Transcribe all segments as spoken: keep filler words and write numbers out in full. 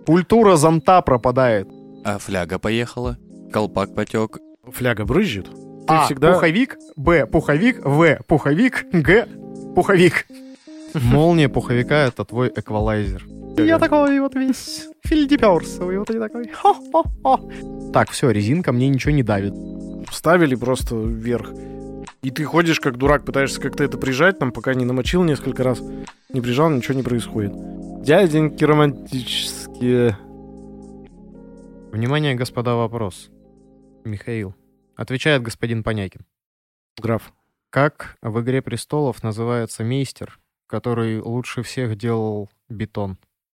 Культура зонта пропадает. А фляга поехала, колпак потек. Фляга брызжет. Ты А, всегда... пуховик, Б, пуховик, В, пуховик, Г, пуховик. Молния пуховика — это твой эквалайзер. Я такой вот весь фильдеперсовый, вот и такой. Хо-хо-хо. Так, все, резинка мне ничего не давит. Вставили просто вверх. И ты ходишь как дурак, пытаешься как-то это прижать, там, пока не намочил несколько раз. Не прижал, ничего не происходит. Дяденьки романтические. Внимание, господа, вопрос. Михаил. Отвечает господин Понякин. Граф. Как в «Игре престолов» называется мейстер, который лучше всех делал бетон?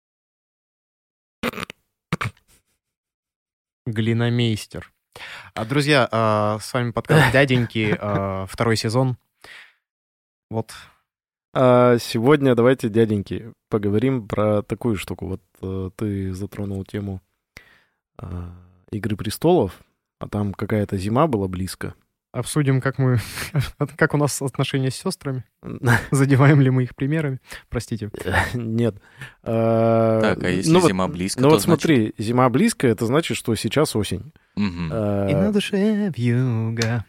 Глиномейстер. А, друзья, а, с вами подкаст «Дяденьки», а, второй сезон. Вот. А сегодня давайте, дяденьки, поговорим про такую штуку. Вот а, ты затронул тему а, «Игры престолов», а там какая-то зима была близко. Обсудим, как мы, как у нас отношения с сестрами. Задеваем ли мы их примерами? Простите. Нет. А, Так, а если ну вот- зима близко, Ну то вот смотри, зима близко, это значит, что сейчас осень. Мгм. А, И на душе вьюга.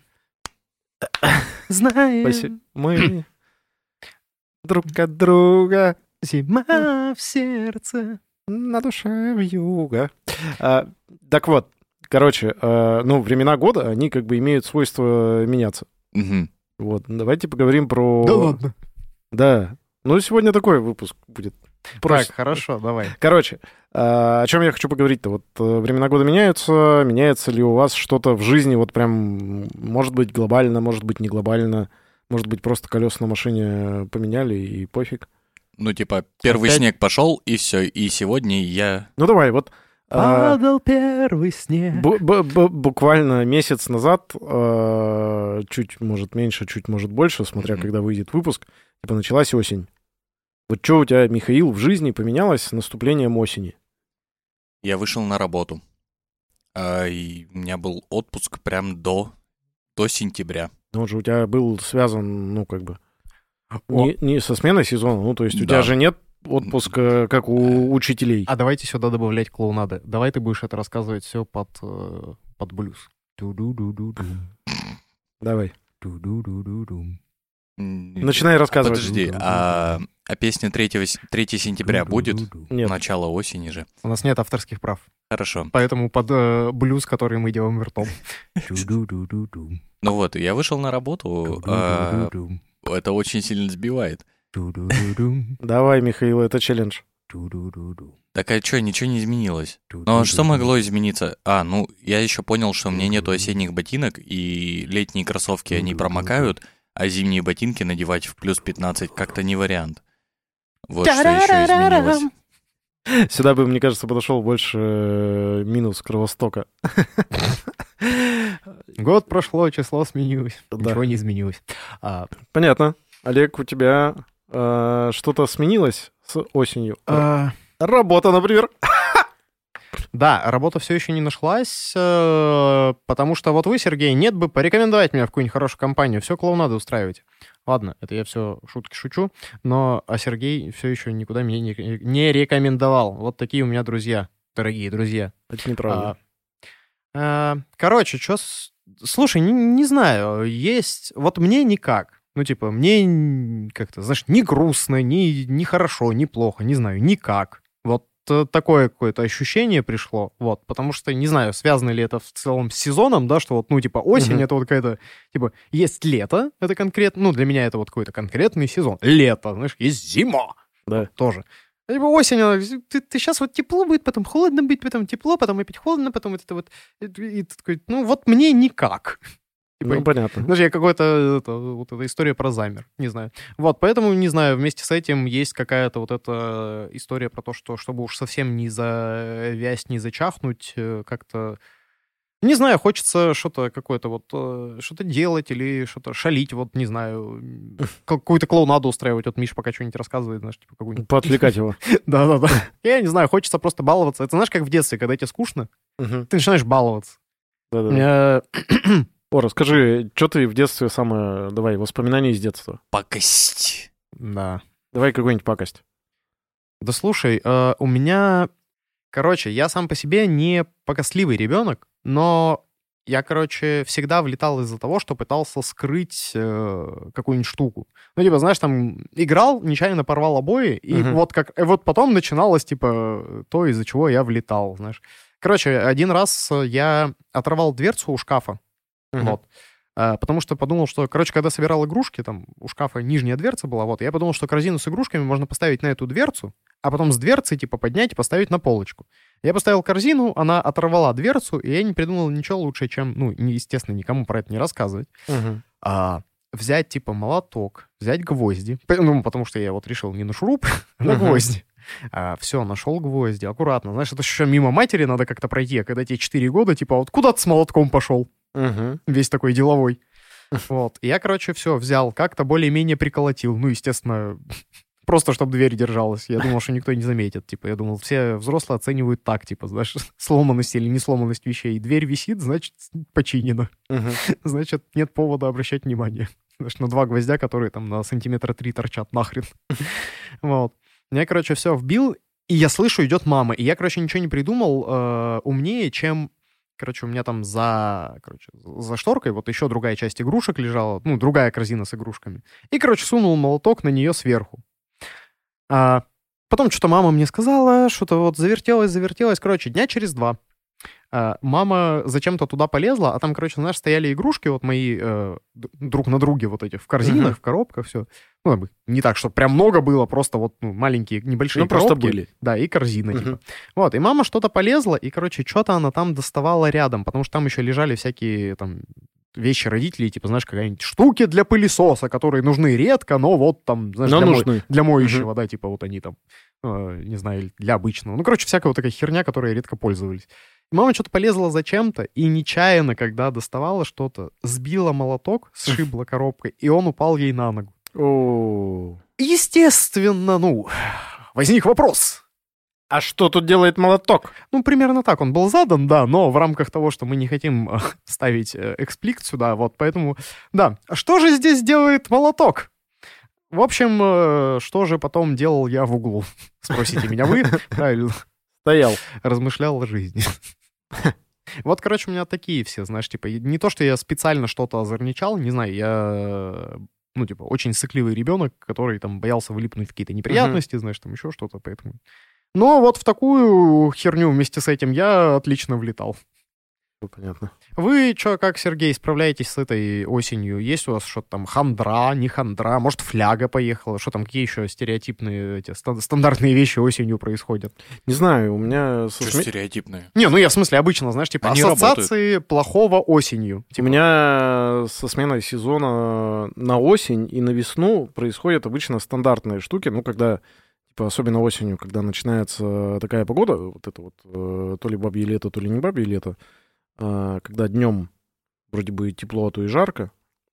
Знаем, спаси- Мы друг от друга зима в сердце. на душе вьюга. А, так вот, короче, а, ну, времена года, они как бы имеют свойство меняться. Мгм. Вот, давайте поговорим про... Да ладно. Да. Ну, сегодня такой выпуск будет. Просто. Так, хорошо, давай. Короче, а, о чем я хочу поговорить-то? Вот э, времена года меняются. Меняется ли у вас что-то в жизни, вот прям, может быть, глобально, может быть, не глобально, может быть, просто колеса на машине поменяли и пофиг. Ну, типа, первый Опять? снег пошел, и все. И сегодня я... Ну, давай, вот... а, Падал первый снег. бу- бу- бу- буквально месяц назад, а, чуть, может, меньше, чуть, может, больше, смотря, Мгм. когда выйдет выпуск, типа, началась осень. Вот что у тебя, Михаил, в жизни поменялось с наступлением осени? Я вышел на работу. А, и у меня был отпуск прям до, до сентября. Ну, он же у тебя был связан, ну, как бы, О. не, не со сменой сезона, ну, то есть у Да. тебя же нет отпуска, как у учителей. А давайте сюда добавлять клоунады. Давай ты будешь это рассказывать все под, э, под блюз. Ту-ду-ду-ду-ду. Давай, Ту-ду-ду-ду-ду. М, начинай рассказывать. Подожди, а, а песня третьего с- третьего сентября будет? Ду-ду-ду-ду. Нет. Начало осени же. У нас нет авторских прав. Хорошо. Поэтому под э, блюз, который мы делаем ртом. Ту-ду-ду-ду-ду. Ну вот, я вышел на работу. а, Ту-ду-ду-ду. это очень сильно сбивает. Ту-ду-ду-ду. Давай, Михаил, это челлендж. Ту-ду-ду-ду. Так а что, ничего не изменилось? Ну а Ту-ду-ду-ду. что могло измениться? А, ну, я еще понял, что у меня нету осенних ботинок, и летние кроссовки, они промокают, а зимние ботинки надевать в плюс пятнадцать как-то не вариант. Вот что еще изменилось. Сюда бы, мне кажется, подошел больше э, минус Кровостока. Год прошло, число сменилось. Да. Ничего не изменилось. А, Понятно. Олег, у тебя э, что-то сменилось с осенью? а, Работа, например. Да, работа все еще не нашлась, э, потому что вот вы, Сергей, нет бы порекомендовать меня в какую-нибудь хорошую компанию. Все клоунады устраиваете. Ладно, это я все шутки шучу, но а Сергей все еще никуда меня не, не рекомендовал. Вот такие у меня друзья, дорогие друзья. Это неправда. А, а, короче, что... Слушай, не, не знаю, есть... Вот мне никак. Ну, типа, мне н- как-то, знаешь, не грустно, не, не хорошо, не плохо, не знаю, никак. Вот э, такое какое-то ощущение пришло, вот, потому что, не знаю, связано ли это в целом с сезоном, да, что вот, ну, типа, осень, Мгм. это вот какая-то, типа, есть лето, это конкретно, ну, для меня это вот какой-то конкретный сезон. Лето, знаешь, есть зима. Да. Тоже. А типа осень, она, ты, ты сейчас вот тепло будет, потом холодно будет, потом тепло, потом опять холодно, потом вот это вот... И, и ты такой, ну, вот мне никак. Типа, Ну, понятно. даже я какой-то, это, вот эта история про замер, не знаю. Вот, поэтому, не знаю, вместе с этим есть какая-то вот эта история про то, что чтобы уж совсем не завясть, не зачахнуть, э, как-то... Не знаю, хочется что-то какое-то вот, э, что-то делать или что-то шалить, вот, не знаю, м, какую-то клоунаду устраивать. Вот Миша пока что-нибудь рассказывает, знаешь, типа какую-нибудь... Поотвлекать его. Да-да-да. Я не знаю, хочется просто баловаться. Это знаешь, как в детстве, когда тебе скучно, Мгм. ты начинаешь баловаться. Да-да. Э, О, расскажи, что ты в детстве самое... Давай, воспоминания из детства. Пакость. Да. Давай какую-нибудь пакость. Да слушай, э, у меня Короче, я сам по себе не покосливый ребенок, но я, короче, всегда влетал из-за того, что пытался скрыть э, какую-нибудь штуку. Ну, типа, знаешь, там играл, нечаянно порвал обои, и Мгм. вот как, и вот потом начиналось, типа, то, из-за чего я влетал, знаешь. Короче, один раз я оторвал дверцу у шкафа, Мгм. вот. А, потому что подумал, что, короче, когда собирал игрушки, там у шкафа нижняя дверца была, вот, я подумал, что корзину с игрушками можно поставить на эту дверцу, а потом с дверцы, типа, поднять и поставить на полочку. Я поставил корзину, она оторвала дверцу, и я не придумал ничего лучше, чем, ну, не- естественно, никому про это не рассказывать, Мгм. а взять, типа, молоток, взять гвозди, П- ну, потому что я вот решил не на шуруп, а на Мгм. гвозди. А, все, нашел гвозди, аккуратно. Знаешь, это еще мимо матери надо как-то пройти, а когда тебе четыре года, типа, вот куда ты с молотком пошел? Мгм. Весь такой деловой. Вот. И я, короче, все взял, как-то более-менее приколотил. Ну, естественно, просто чтобы дверь держалась. Я думал, что никто не заметит. Типа, я думал, все взрослые оценивают так, типа, знаешь, сломанность или не сломанность вещей. Дверь висит, значит, починена. Мгм. Значит, нет повода обращать внимание. Знаешь, на два гвоздя, которые там на сантиметра три торчат нахрен. Вот. Я, короче, все вбил, и я слышу, идет мама. И я, короче, ничего не придумал э, умнее, чем... Короче, у меня там за, короче, за шторкой вот еще другая часть игрушек лежала, ну, другая корзина с игрушками. И, короче, сунул молоток на нее сверху. А потом что-то мама мне сказала, что-то вот завертелось, завертелось. Короче, дня через два а, мама зачем-то туда полезла, а там, короче, знаешь, стояли игрушки вот мои э, д- друг на друге вот эти в корзинах, Мгм. в коробках, все. Ну, как бы не так, что прям много было, просто вот ну, маленькие, небольшие Ну, просто коробки. были. Да, и корзина, Мгм. типа. Вот, и мама что-то полезла, и, короче, что-то она там доставала рядом, потому что там еще лежали всякие там вещи родителей, типа, знаешь, какие-нибудь штуки для пылесоса, которые нужны редко, но вот там, знаешь, Но для, мо- нужны. для моющего, да, типа вот они там, э, не знаю, для обычного. Ну, короче, всякая вот такая херня, которой редко пользовались. И мама что-то полезла зачем-то, и нечаянно, когда доставала что-то, сбила молоток, сшибла коробкой, и он упал ей на ногу. О. Естественно, ну, возник вопрос. А что тут делает молоток? Ну, примерно так он был задан, да, но в рамках того, что мы не хотим э, ставить э, экспликт сюда, вот, поэтому, да. А что же здесь делает молоток? В общем, э, что же потом делал я в углу? Спросите меня вы. Правильно, Стоял. размышлял о жизни. Вот, короче, у меня такие все, знаешь, типа, и не то, что я специально что-то озорничал, не знаю, я, ну, типа, очень сыкливый ребенок, который там боялся влипнуть в какие-то неприятности, знаешь, там еще что-то, поэтому... Но вот в такую херню вместе с этим я отлично влетал. Ну, понятно. Вы что, как, Сергей, справляетесь с этой осенью? Есть у вас что-то там хандра, не хандра? Может, фляга поехала? Что там, какие еще стереотипные, эти ста- стандартные вещи осенью происходят? Не знаю, у меня... со Что сме- стереотипные? Не, ну я в смысле обычно, знаешь, типа Они ассоциации плохого осенью. У меня со сменой сезона на осень и на весну происходят обычно стандартные штуки. Ну, когда, типа, особенно осенью, когда начинается такая погода, вот это вот, э, то ли бабье лето, то ли не бабье лето, э, когда днем вроде бы тепло, а то и жарко,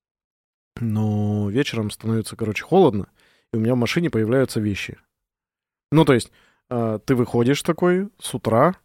но вечером становится, короче, холодно, и у меня в машине появляются вещи. Ну, то есть, э, ты выходишь такой с утра,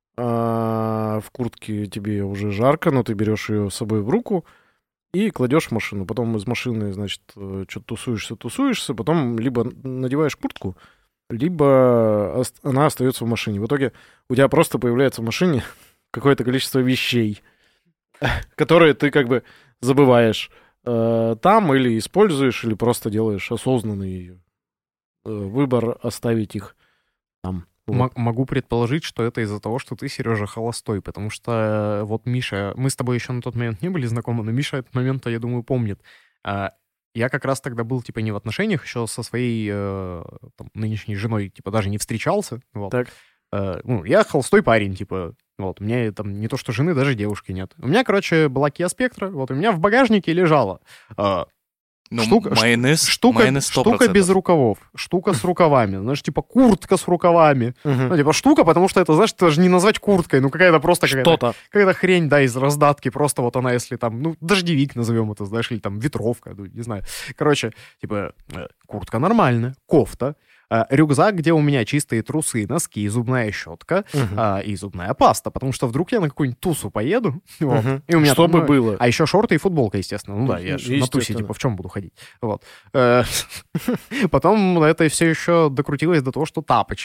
а в куртке тебе уже жарко, но ты берешь ее с собой в руку и кладешь в машину. Потом из машины, значит, что-то тусуешься, тусуешься, потом либо надеваешь куртку, либо ост- она остается в машине. В итоге у тебя просто появляется в машине какое-то количество вещей, которые ты как бы забываешь э, там или используешь, или просто делаешь осознанный э, выбор оставить их там. Вот. М- могу предположить, что это из-за того, что ты, Сережа, холостой, потому что э, вот Миша, мы с тобой еще на тот момент не были знакомы, но Миша этот момент, я думаю, помнит. А, я как раз тогда был, типа, не в отношениях, еще со своей э, там, нынешней женой, типа, даже не встречался. Вот. Так. Э, ну, я холостой парень, типа, вот, у меня там не то что жены, даже девушки нет. У меня, короче, была Kia Spectra, вот, у меня в багажнике лежала э, Ну, Штука- майонез, штука, майонез сто штука процентов. без рукавов, штука с рукавами, знаешь, типа куртка с рукавами. Мгм. Ну, типа штука, потому что это, знаешь, это даже не назвать курткой, ну какая-то просто какая-то, Что-то. какая-то хрень, да, из раздатки, просто вот она, если там, ну, дождевик назовем это, знаешь, или там ветровка, ну, не знаю. Короче, типа, э, куртка нормальная, кофта, э, рюкзак, где у меня чистые трусы, носки, зубная щетка Мгм. а, и зубная паста, потому что вдруг я на какую-нибудь тусу поеду, вот, Мгм. и у меня Чтобы там, ну, было. а еще шорты и футболка, естественно. Ну да, я же на тусе, Естественно. типа, в чем буду ходить? Вот. Э, Потом это все еще докрутилось до того, что тапочки. Я вот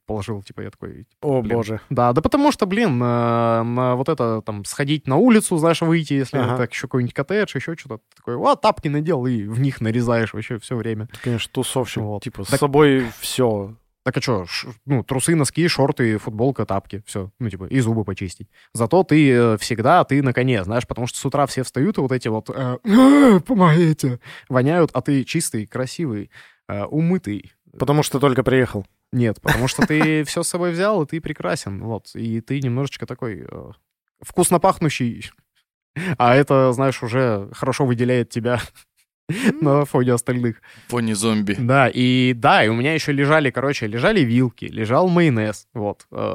положил, типа, я такой... О, блин. боже. Да, да потому что, блин, на, на вот это, там, сходить на улицу, знаешь, выйти, если Ага. так еще какой-нибудь коттедж, еще что-то, ты такой, о, тапки надел, и в них нарезаешь вообще все время. Ты, конечно, тусовщик. Вот. Типа, с Так- собой все. Так а что, ну, трусы, носки, шорты, футболка, тапки, все, ну, типа, и зубы почистить. Зато ты э, всегда, ты на коне, знаешь, потому что с утра все встают, и вот эти вот, э, «Э, помогите, воняют, а ты чистый, красивый, э, умытый. Потому что только приехал. Нет, потому что ты все с собой взял, и ты прекрасен, вот, и ты немножечко такой э, вкусно пахнущий, а это, знаешь, уже хорошо выделяет тебя на фоне остальных. В фоне зомби. Да, и да, и у меня еще лежали, короче, лежали вилки, лежал майонез, вот. э,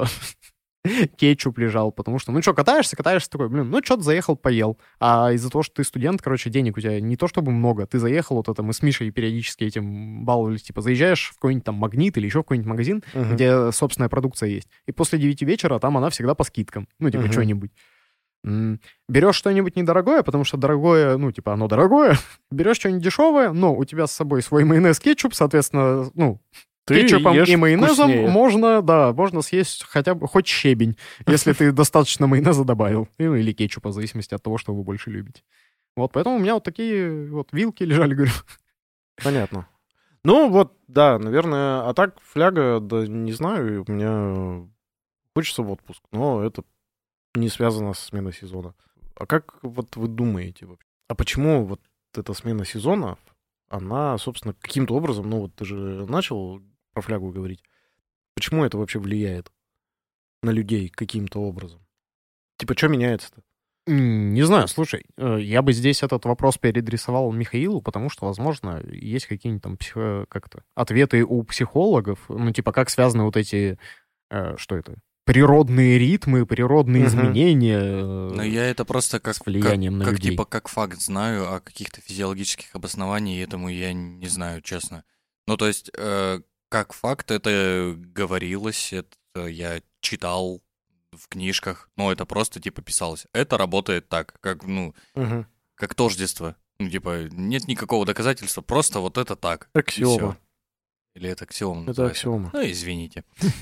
Кетчуп лежал, потому что, ну что, катаешься, катаешься, такой, блин, ну что-то заехал, поел. А из-за того, что ты студент, короче, денег у тебя не то чтобы много, ты заехал, вот это мы с Мишей периодически этим баловались, типа, заезжаешь в какой-нибудь там Магнит или еще в какой-нибудь магазин, Мгм. где собственная продукция есть. И после девяти вечера там она всегда по скидкам, ну, типа, Мгм. что-нибудь. М, Берешь что-нибудь недорогое, потому что дорогое, ну, типа, оно дорогое. Берешь что-нибудь дешевое, но у тебя с собой свой майонез, кетчуп, соответственно, ну, Ты кетчупом ешь и майонезом вкуснее. можно, да, можно съесть хотя бы хоть щебень, если ты достаточно майонеза добавил. Ну, или кетчупа, в зависимости от того, что вы больше любите. Вот, поэтому у меня вот такие вот вилки лежали, говорю. Понятно. Ну, вот, да, наверное, а так фляга, да, не знаю, у меня хочется в отпуск, но это не связано с сменой сезона. А как вот вы думаете вообще? А почему вот эта смена сезона, она, собственно, каким-то образом, ну вот ты же начал про флягу говорить, почему это вообще влияет на людей каким-то образом? Типа, что меняется-то? М, Не знаю, слушай, э, я бы здесь этот вопрос переадресовал Михаилу, потому что, возможно, есть какие-нибудь там психо- как-то ответы у психологов, ну, типа, как связаны вот эти, э, что это, природные ритмы, природные Мгм. изменения э, Но я это просто как, с влиянием как, на как людей. типа как факт знаю, а каких-то физиологических обоснований этому я не знаю, честно. Ну, то есть, э, как факт это говорилось, это я читал в книжках, но это просто типа писалось. Это работает так, как, ну, Мгм. как тождество. Ну, типа, нет никакого доказательства, просто вот это так. и Аксиома. всё. Или это аксиома Это называется? аксиома. Ну, извините.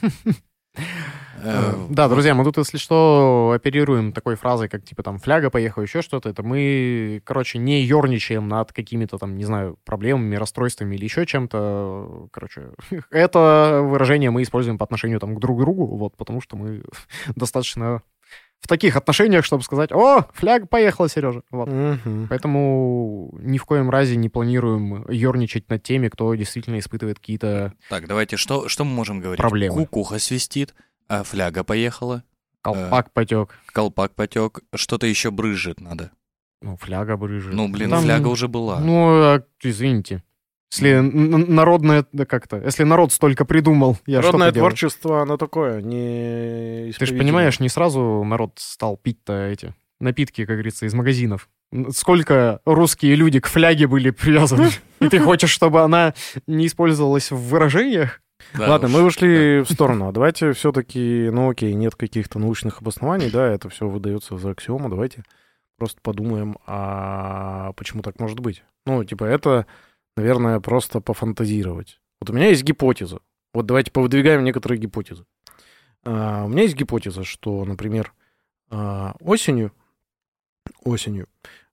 Э, Э, Да, друзья, мы тут, если что, оперируем такой фразой, как типа там фляга поехала, еще что-то. Это мы, короче, не ерничаем над какими-то там, не знаю, проблемами, расстройствами или еще чем-то. Короче, это выражение мы используем по отношению там к друг другу, вот, потому что мы достаточно в таких отношениях, чтобы сказать, о, фляга поехала, Сережа. Вот. Мгм. Поэтому ни в коем разе не планируем ерничать над теми, кто действительно испытывает какие-то Так, давайте, что, что мы можем говорить? Проблемы. Кукуха свистит, а фляга поехала, колпак потек. колпак потек, что-то еще брызжет надо. Ну, фляга брыжет. Ну, блин, Там- фляга уже была. Ну, а, извините. Если н- н- народное, да как-то, если народ столько придумал, я Народное что поделаю? творчество, оно такое, не Ты же понимаешь, не сразу народ стал пить-то эти напитки, как говорится, из магазинов. Н- Сколько русские люди к фляге были привязаны, и ты хочешь, чтобы она не использовалась в выражениях? Да Ладно, уж. мы ушли в сторону. А давайте все-таки, ну окей, нет каких-то научных обоснований, да, это все выдается за аксиому. Давайте просто подумаем, а почему так может быть? Ну, типа, это, наверное, просто пофантазировать. Вот у меня есть гипотеза. Вот давайте повыдвигаем некоторые гипотезы. А, у меня есть гипотеза, что, например, а, осенью, осенью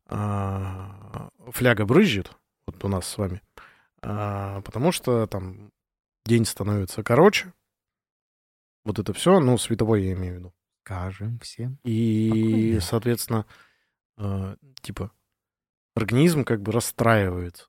а, фляга брызжет, вот у нас с вами, а, потому что там день становится короче. Вот это все, ну, световой я имею в виду. Скажем всем. И, Спокойно. соответственно, э, типа, организм как бы расстраивается.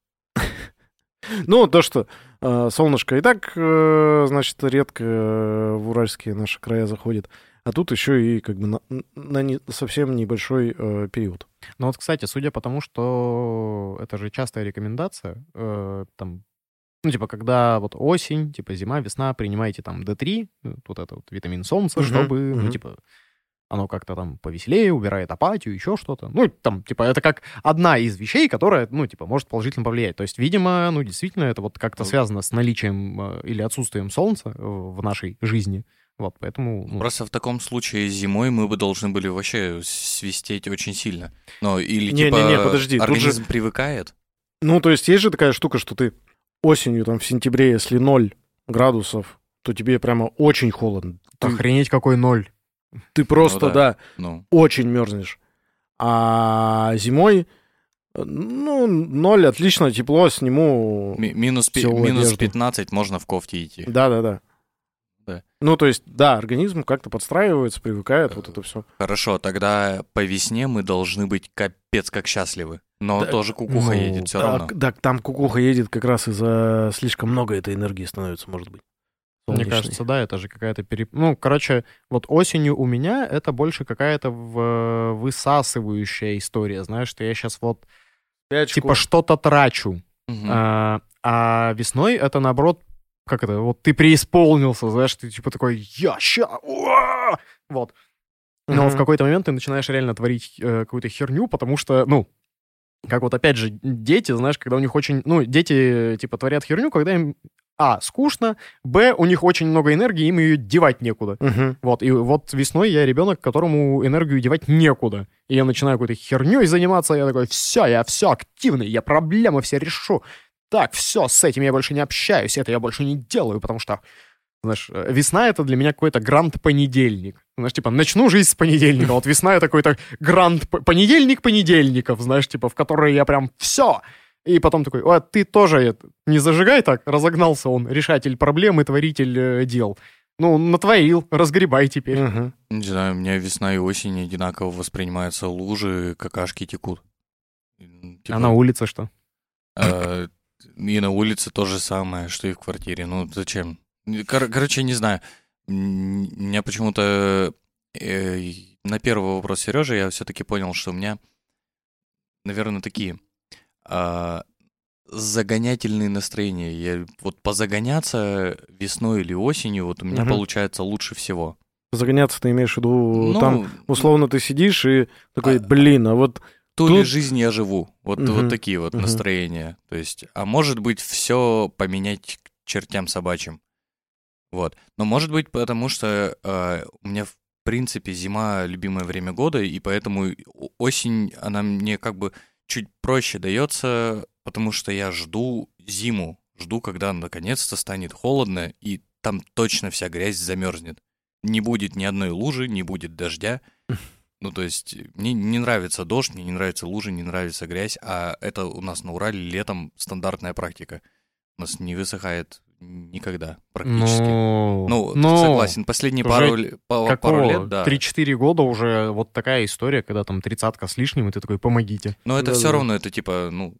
Ну, то, что э, солнышко и так, э, значит, редко э, в уральские наши края заходит, а тут еще и как бы на, на не- совсем небольшой э, период. Ну вот, кстати, судя по тому, что это же частая рекомендация, э, там, ну, типа, когда вот осень, типа, зима, весна, принимайте там дэ три, э, вот это вот витамин солнца, Мгм, чтобы, ну, мгм. типа, оно как-то там повеселее, убирает апатию, еще что-то. Ну, там, типа, это как одна из вещей, которая, ну, типа, может положительно повлиять. То есть, видимо, ну, действительно, это вот как-то Ну. связано с наличием э, или отсутствием солнца э, в нашей жизни. Вот, поэтому... ну, Просто в таком случае зимой мы бы должны были вообще свистеть очень сильно. Но или Не, типа не, не, подожди, тут же- организм привыкает. Ну, то есть есть же такая штука, что ты осенью, там, в сентябре, если ноль градусов, то тебе прямо очень холодно. Ты, Охренеть, какой ноль. ты просто, Ну да. да, Ну, очень мерзнешь. А зимой, ну, ноль, отлично, тепло, сниму. ми- минус, пи- всю минус одежду. пятнадцать можно в кофте идти. Да-да-да. Да. Ну, то есть, да, организм как-то подстраивается, привыкает, вот это все. Хорошо, тогда по весне мы должны быть капец как счастливы. Но Да, тоже кукуха Ну, едет все да, равно. Да, там кукуха едет как раз из-за слишком много этой энергии становится, может быть. Мне солнечной. кажется, да, это же какая-то переп... Ну, короче, вот осенью у меня это больше какая-то в- высасывающая история, знаешь, что я сейчас вот Спячку. типа что-то трачу. Мгм. А, а весной это, наоборот, как это, вот ты преисполнился, знаешь, ты типа такой, я ща, уа!» вот. Но Мгм. в какой-то момент ты начинаешь реально творить э, какую-то херню, потому что, ну, как вот опять же, дети, знаешь, когда у них очень, ну, дети, типа, творят херню, когда им, а, скучно, б, у них очень много энергии, им ее девать некуда. Мгм. Вот, и вот весной я ребенок, которому энергию девать некуда. И я начинаю какой-то херней заниматься, я такой, все, я все активный, я проблемы все решу. Так, все, с этим я больше не общаюсь, это я больше не делаю, потому что, знаешь, э, весна — это для меня какой-то гранд-понедельник. Знаешь, типа, начну жизнь с понедельника, вот весна — это какой-то гранд-понедельник понедельников, знаешь, типа, в который я прям все. И потом такой, а ты тоже это, не зажигай так, разогнался он, решатель проблем и творитель э, дел. Ну, натворил, разгребай теперь. Мгм. Не знаю, у меня весна и осень одинаково воспринимаются. Лужи, какашки текут. М, типа, А на улице что? э, и на улице то же самое, что и в квартире. Ну, зачем? Кор- короче, не знаю. М, У меня почему-то э, на первый вопрос Сережи я все-таки понял, что у меня, наверное, такие а, загонятельные настроения. Я, вот позагоняться весной или осенью, вот у меня Мгм. получается лучше всего. Загоняться ты имеешь в виду, Ну, там, условно, ты сидишь и такой, А- блин, а вот... ту ли тут- жизнь я живу. Вот, Мгм, вот такие вот мгм. настроения. То есть, а может быть, все поменять к чертям собачьим. Вот. Но может быть, потому что э, у меня, в принципе, зима любимое время года, и поэтому о- осень, она мне как бы чуть проще дается, потому что я жду зиму. Жду, когда наконец-то станет холодно, и там точно вся грязь замерзнет. Не будет ни одной лужи, не будет дождя. Ну, то есть, мне не нравится дождь, мне не нравятся лужи, не нравится грязь, а это у нас на Урале летом стандартная практика. У нас не высыхает никогда практически. Ну, Ну, ну, согласен, последние уже пару, ле- па- пару какого? лет, да. три-четыре года уже вот такая история, когда там тридцатка с лишним, и ты такой, помогите. Но это Да-да-да. все равно, это типа, ну,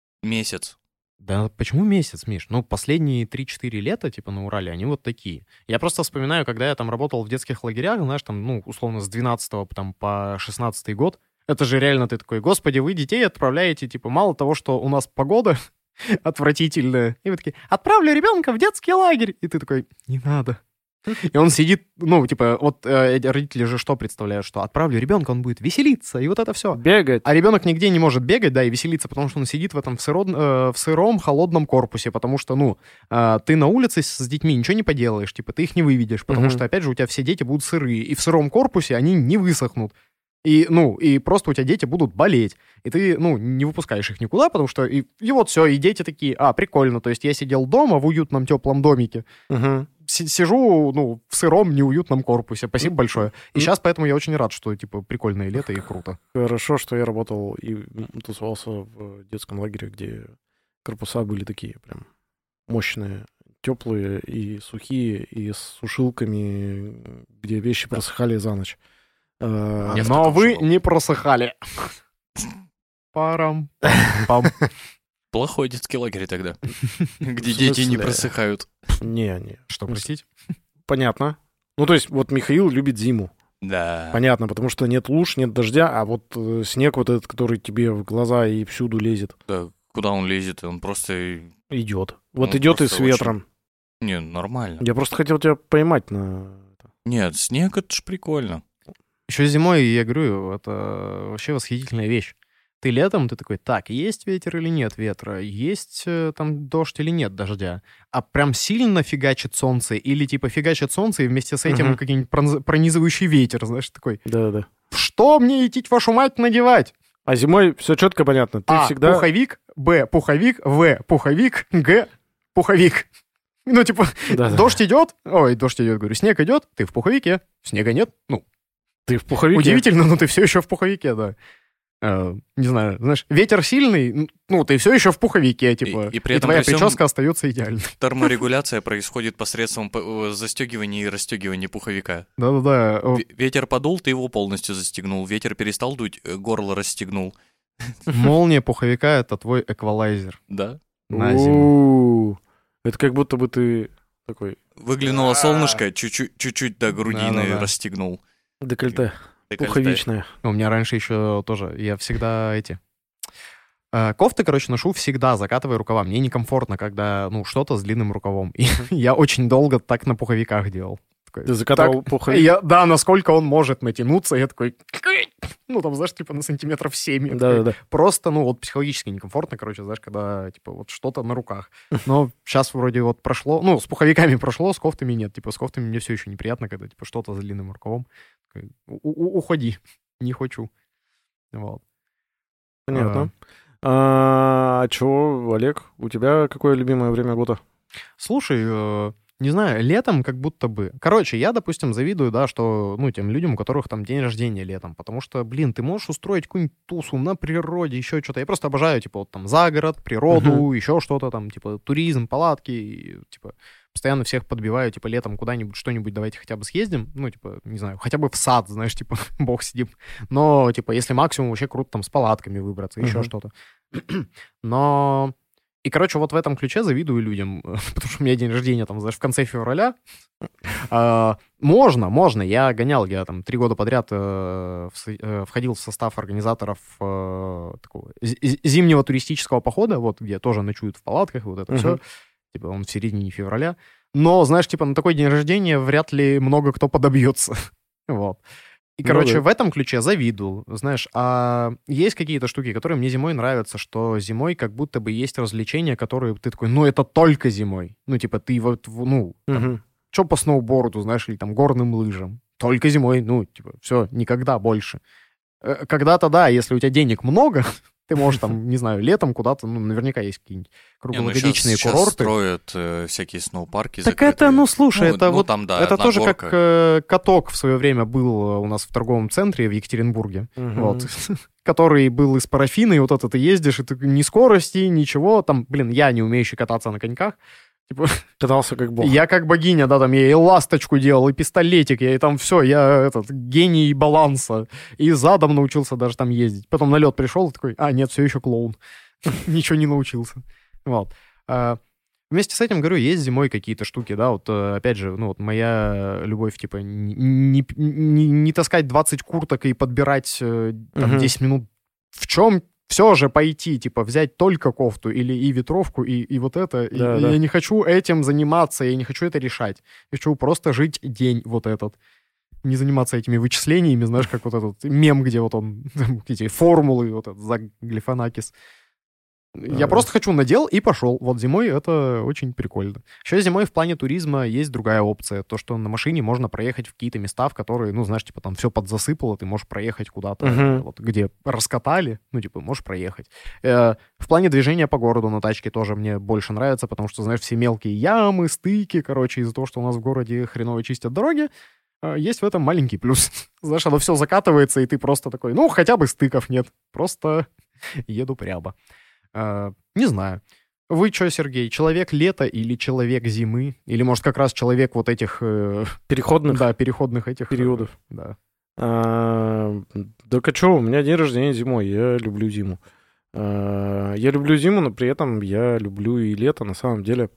месяц. Да почему месяц, Миш? Ну, последние три-четыре лета, типа, на Урале, они вот такие. Я просто вспоминаю, когда я там работал в детских лагерях, знаешь, там, ну, условно, с двенадцатого там, по шестнадцатый год, это же реально ты такой, господи, вы детей отправляете, типа, мало того, что у нас погода отвратительная, и вы такие, отправлю ребенка в детский лагерь, и ты такой, не надо. И он сидит, ну, типа, вот э, родители же что представляют, что отправлю ребенка, он будет веселиться, и вот это все. Бегать. А ребенок нигде не может бегать, да, и веселиться, потому что он сидит в этом в, сыром, э, в сыром, холодном корпусе, потому что, ну, э, ты на улице с, с детьми ничего не поделаешь, типа, ты их не выведешь, потому Мгм. что, опять же, у тебя все дети будут сырые, и в сыром корпусе они не высохнут. И, ну, и просто у тебя дети будут болеть. И ты, ну, не выпускаешь их никуда, потому что... И, и вот все, и дети такие, а, прикольно, то есть я сидел дома в уютном теплом домике, Мгм. си- сижу, ну, в сыром, неуютном корпусе. Спасибо большое. И М. сейчас поэтому я очень рад, что, типа, прикольное лето и круто. Хорошо, что я работал и тусовался в детском лагере, где корпуса были такие прям мощные, теплые и сухие, и с сушилками, где вещи просыхали за ночь. А, Я в Но таком вы живу. не просыхали. Парам. пам. Плохой детский лагерь тогда, где В дети не смысле? просыхают. Не, не. Что, простите? Понятно. Ну, то есть, вот Михаил любит зиму. Да. Понятно, потому что нет луж, нет дождя, а вот э, снег вот этот, который тебе в глаза и всюду лезет, Да, куда он лезет? Он просто... идет. Вот Ну, идет и просто с ветром. Не, нормально. Я просто хотел тебя поймать на... это. Нет, снег — это ж прикольно. Еще зимой, я говорю, это вообще восхитительная вещь. Ты летом, ты такой, так, есть ветер или нет ветра, есть э, там дождь или нет дождя, а прям сильно фигачит солнце или типа фигачит солнце и вместе с этим Мгм. какой-нибудь пронз- пронизывающий ветер, знаешь, такой, Да-да-да. что мне идти вашу мать надевать? А зимой все четко понятно. Ты А, всегда... пуховик, Б, пуховик, В, пуховик, Г, пуховик. Ну, типа, Да-да. дождь идет, ой, дождь идет, говорю, снег идет, ты в пуховике, снега нет, ну, Ты в пуховике? удивительно, но ты все еще в пуховике, да. Э, не знаю, знаешь, ветер сильный, ну, ты все еще в пуховике, типа, и при этом твоя при всем- прическа остается идеальной. Терморегуляция происходит посредством п- э, застегивания и расстегивания пуховика. Да-да-да. О, В- Ветер подул, ты его полностью застегнул. Ветер перестал дуть, э, горло расстегнул. молния пуховика — это твой эквалайзер Да. на зиму. У-у-у. Это как будто бы ты такой Выглянуло солнышко, чуть-чуть, чуть-чуть до грудины Да-да-да. расстегнул. декольте, Декольте. пуховичное. У меня раньше еще тоже, я всегда эти... э, Кофты, короче, ношу всегда, закатывая рукава. Мне некомфортно, когда, ну, что-то с длинным рукавом. И я очень долго так на пуховиках делал. Такой, Ты закатал так, пуховик? я, да, насколько он может натянуться, я такой... Ну, там, знаешь, типа на сантиметров семь. Я такой, Да-да-да. просто, ну, вот психологически некомфортно, короче, знаешь, когда, типа, вот что-то на руках. Но сейчас вроде вот прошло, ну, с пуховиками прошло, с кофтами нет. Типа, с кофтами мне все еще неприятно, когда, типа, что-то с длинным рукавом. Такой, «У- у- Уходи, не хочу. Вот. Понятно. А чё, Олег, у тебя какое любимое время года? Слушай, э, не знаю, летом как будто бы... Короче, я, допустим, завидую, да, что, ну, тем людям, у которых там день рождения летом, потому что, блин, ты можешь устроить какую-нибудь тусу на природе, еще что-то. Я просто обожаю, типа, вот там за город, природу, Мгм. еще что-то там, типа, туризм, палатки, и, типа, постоянно всех подбиваю, типа, летом куда-нибудь, что-нибудь давайте хотя бы съездим, ну, типа, не знаю, хотя бы в сад, знаешь, типа, бог сидим. Но, типа, если максимум, вообще круто там с палатками выбраться, еще Мгм. что-то. Но... И, короче, вот в этом ключе завидую людям, потому что у меня день рождения, там, знаешь, в конце февраля. А, можно, можно. Я гонял, я там три года подряд э, в со- э, входил в состав организаторов э, такого зи- зи- зимнего туристического похода, вот, где тоже ночуют в палатках, вот это все. Мгм. Типа, он в середине февраля. Но, знаешь, типа, на такой день рождения вряд ли много кто подобьется. Вот. И, Ну короче, да. в этом ключе завидую, знаешь. А есть какие-то штуки, которые мне зимой нравятся, что зимой как будто бы есть развлечения, которые ты такой, ну, это только зимой. Ну, типа, ты вот, в- ну, Мгм. что по сноуборду, знаешь, или там горным лыжам. Только зимой, ну, типа, все, никогда больше. Э, Когда-то, да, если у тебя денег много, ты можешь там, не знаю, летом куда-то, ну, наверняка есть какие-нибудь Не, ну круглогодичные щас- щас курорты. строят э, всякие сноупарки Так закрытые. это, ну, слушай, Ну, это ну, вот, там, да, это одна тоже горка. как э, каток в свое время был э, у нас в торговом центре в Екатеринбурге, Мгм. вот, который был из парафина, и вот это ты ездишь, и ты ни скорости, ничего, там, блин, я не умеющий кататься на коньках, типа, Катался как бог. я как богиня, да, там, я и ласточку делал, и пистолетик, я и там все, я этот, гений баланса, и задом научился даже там ездить. Потом на лед пришел, и такой, а, нет, все еще клоун. Ничего не научился. Вот. А, Вместе с этим, говорю, есть зимой какие-то штуки, да, вот, э, опять же, ну, вот моя любовь, типа, не, не, не- не таскать двадцать курток и подбирать э, там Мгм. десять минут в чем все же пойти, типа, взять только кофту или и ветровку, и, и вот это. И- Да, и да. я не хочу этим заниматься, я не хочу это решать. Я хочу просто жить день вот этот. Не заниматься этими вычислениями, знаешь, как вот этот мем, где вот он, эти формулы, вот этот за Глифанакис. Я Ага. просто хочу надел и пошел. Вот зимой это очень прикольно. Еще зимой в плане туризма есть другая опция. То, что на машине можно проехать в какие-то места, в которые, ну, знаешь, типа там все подзасыпало, ты можешь проехать куда-то, Мгм. вот, где раскатали, ну, типа, можешь проехать. Э, в плане движения по городу на тачке тоже мне больше нравится, потому что, знаешь, все мелкие ямы, стыки, короче, из-за того, что у нас в городе хреново чистят дороги, э, есть в этом маленький плюс. Знаешь, оно все закатывается, и ты просто такой, ну, хотя бы стыков нет. Просто еду прямо. Э, не знаю. Вы что, Сергей, человек лета или человек зимы? Или, может, как раз человек вот этих... э, Переходных да, переходных этих... э, периодов. Да. А, да что, у меня день рождения зимой, я люблю зиму. А, я люблю зиму, но при этом я люблю и лето. На самом деле,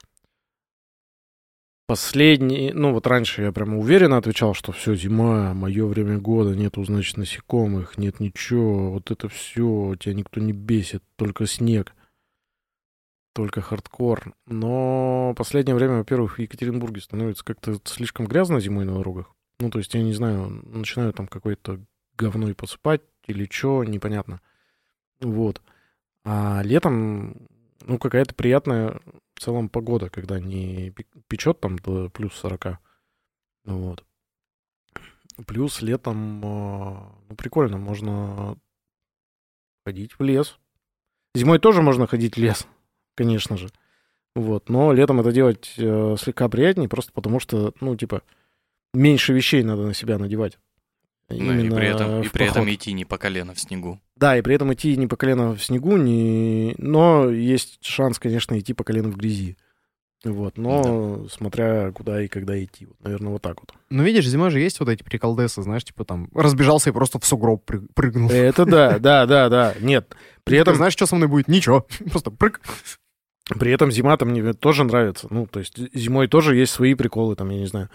последний, ну вот раньше я прямо уверенно отвечал, что все, зима, мое время года, нету, значит, насекомых, нет ничего, вот это все, тебя никто не бесит, только снег, только хардкор. Но последнее время, во-первых, в Екатеринбурге становится как-то слишком грязно зимой на дорогах. Ну, то есть, я не знаю, начинаю там какое-то говно и посыпать или что, непонятно. Вот. А летом, ну, какая-то приятная в целом погода, когда не пе- печет там до плюс сорока. Вот. Плюс летом, а, ну, прикольно, можно ходить в лес. Зимой тоже можно ходить в лес, конечно же. Вот. Но летом это делать э, слегка приятнее, просто потому что, ну, типа, меньше вещей надо на себя надевать. Ну, и при этом, и в при этом поход. идти не по колено в снегу. Да, и при этом идти не по колено в снегу, не... но есть шанс, конечно, идти по колено в грязи. Вот, но смотря куда и когда идти. Вот, наверное, вот так вот. Ну, видишь, зимой же есть вот эти приколдесы, знаешь, типа там разбежался и просто в сугроб пры- прыгнул. Это да, да, да, да. Нет, при Ты этом... знаешь, что со мной будет? Ничего. Просто прыг. При этом зима-то мне тоже нравится. Ну, то есть зимой тоже есть свои приколы, там, я не знаю.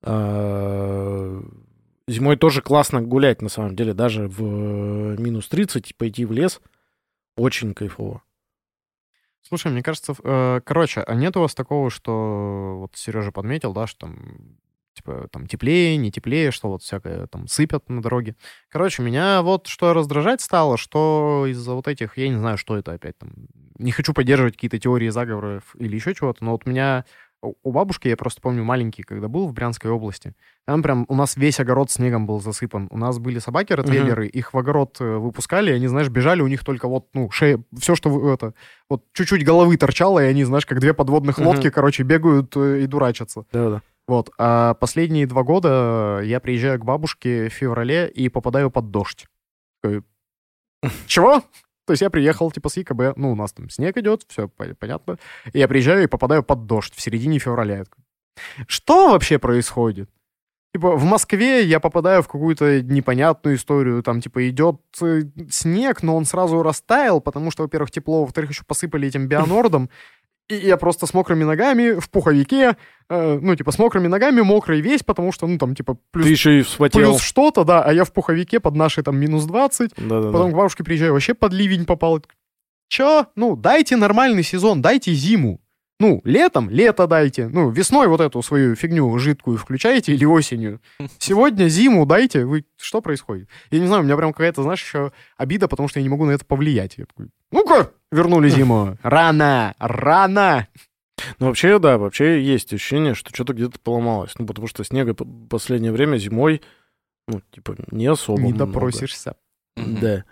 А, Зимой тоже классно гулять, на самом деле. Даже в минус тридцать пойти в лес очень кайфово. Слушай, мне кажется, э, короче, а нет у вас такого, что вот Сережа подметил, да, что там, типа, там теплее, не теплее, что вот всякое там сыпят на дороге. Короче, меня вот что раздражать стало, что из-за вот этих, я не знаю, что это опять там, не хочу поддерживать какие-то теории заговоров или еще чего-то, но вот у меня у бабушки, я просто помню, маленький, когда был в Брянской области, там прям у нас весь огород снегом был засыпан. У нас были собаки ротвейлеры, uh-huh. их в огород выпускали, и они, знаешь, бежали, у них только вот, ну, шея, все, что это, вот чуть-чуть головы торчало, и они, знаешь, как две подводных uh-huh. лодки, короче, бегают и дурачатся. Да-да. Вот. А последние два года я приезжаю к бабушке в феврале и попадаю под дождь. Такой, чего? То есть я приехал, типа, с ИКБ, ну, у нас там снег идет, все понятно. И я приезжаю и попадаю под дождь в середине февраля. Я такой, что вообще происходит? Типа, в Москве я попадаю в какую-то непонятную историю, там, типа, идет снег, но он сразу растаял, потому что, во-первых, тепло, во-вторых, еще посыпали этим бионордом, и я просто с мокрыми ногами, в пуховике, э, ну, типа, с мокрыми ногами, мокрый весь, потому что, ну, там, типа, плюс, Ты еще и вспотел. Плюс что-то, да, а я в пуховике под нашей, там, минус двадцать, Да-да-да. Потом к бабушке приезжаю, вообще под ливень попал. Че? Ну, дайте нормальный сезон, дайте зиму. Ну, летом, лето дайте. Ну, весной вот эту свою фигню жидкую включаете или осенью. Сегодня зиму дайте. Вы... Что происходит? Я не знаю, у меня прям какая-то, знаешь, еще обида, потому что я не могу на это повлиять. Я такой, ну-ка, вернули зиму. Рано, рано. Ну, вообще, да, вообще есть ощущение, что что-то где-то поломалось. Ну, потому что снега в последнее время зимой, ну, типа, не особо Не много. допросишься. Да.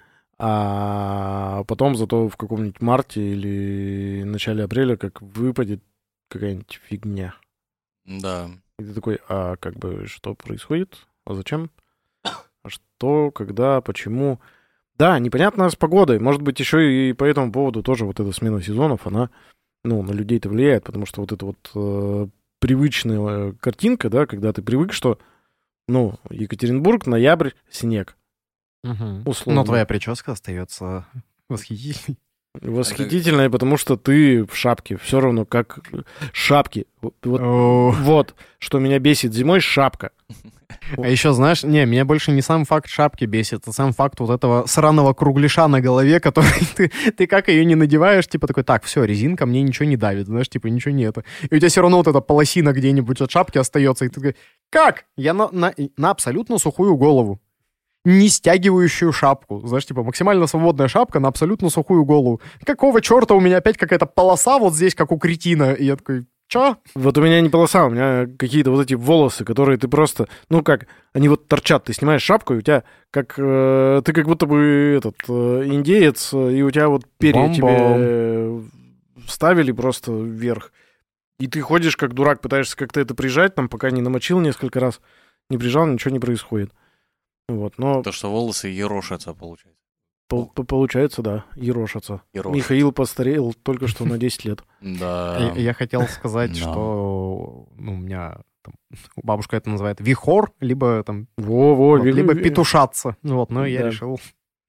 А потом зато в каком-нибудь марте или начале апреля как выпадет какая-нибудь фигня. Да. И ты такой, а как бы что происходит? А зачем? А что, когда, почему? Да, непонятно с погодой. Может быть, еще и по этому поводу тоже вот эта смена сезонов, она, ну, на людей-то влияет, потому что вот эта вот э, привычная картинка, да, когда ты привык, что, ну, Екатеринбург, ноябрь, снег. Угу. Но твоя прическа остается восхитительной. Восхитительная, потому что ты в шапке. Все равно как шапки. Вот, вот что меня бесит зимой, шапка. А еще, знаешь, не, меня больше не сам факт шапки бесит, а сам факт вот этого сраного кругляша на голове, который ты, ты как ее не надеваешь, типа такой, так, все, резинка мне ничего не давит, знаешь, типа ничего не это. И у тебя все равно вот эта полосина где-нибудь от шапки остается, и ты такой, как? Я на, на, на абсолютно сухую голову. Не стягивающую шапку. Знаешь, типа максимально свободная шапка на абсолютно сухую голову. Какого черта у меня опять какая-то полоса вот здесь, как у кретина? И я такой, чё? Вот у меня не полоса, у меня какие-то вот эти волосы, которые ты просто... Ну как, они вот торчат. Ты снимаешь шапку, и у тебя как... Э, ты как будто бы этот э, индеец, и у тебя вот перья Бом-бом. тебе вставили просто вверх. И ты ходишь как дурак, пытаешься как-то это прижать, там, пока не намочил несколько раз, не прижал, ничего не происходит. Вот, но... То, что волосы ерошатся, получается. По- получается, да, ерошатся. Ерошатся. Михаил постарел только что на десять лет. Да. Я хотел сказать, что у меня бабушка это называет вихор, либо там... Во-во, либо петушаться. Вот, но я решил,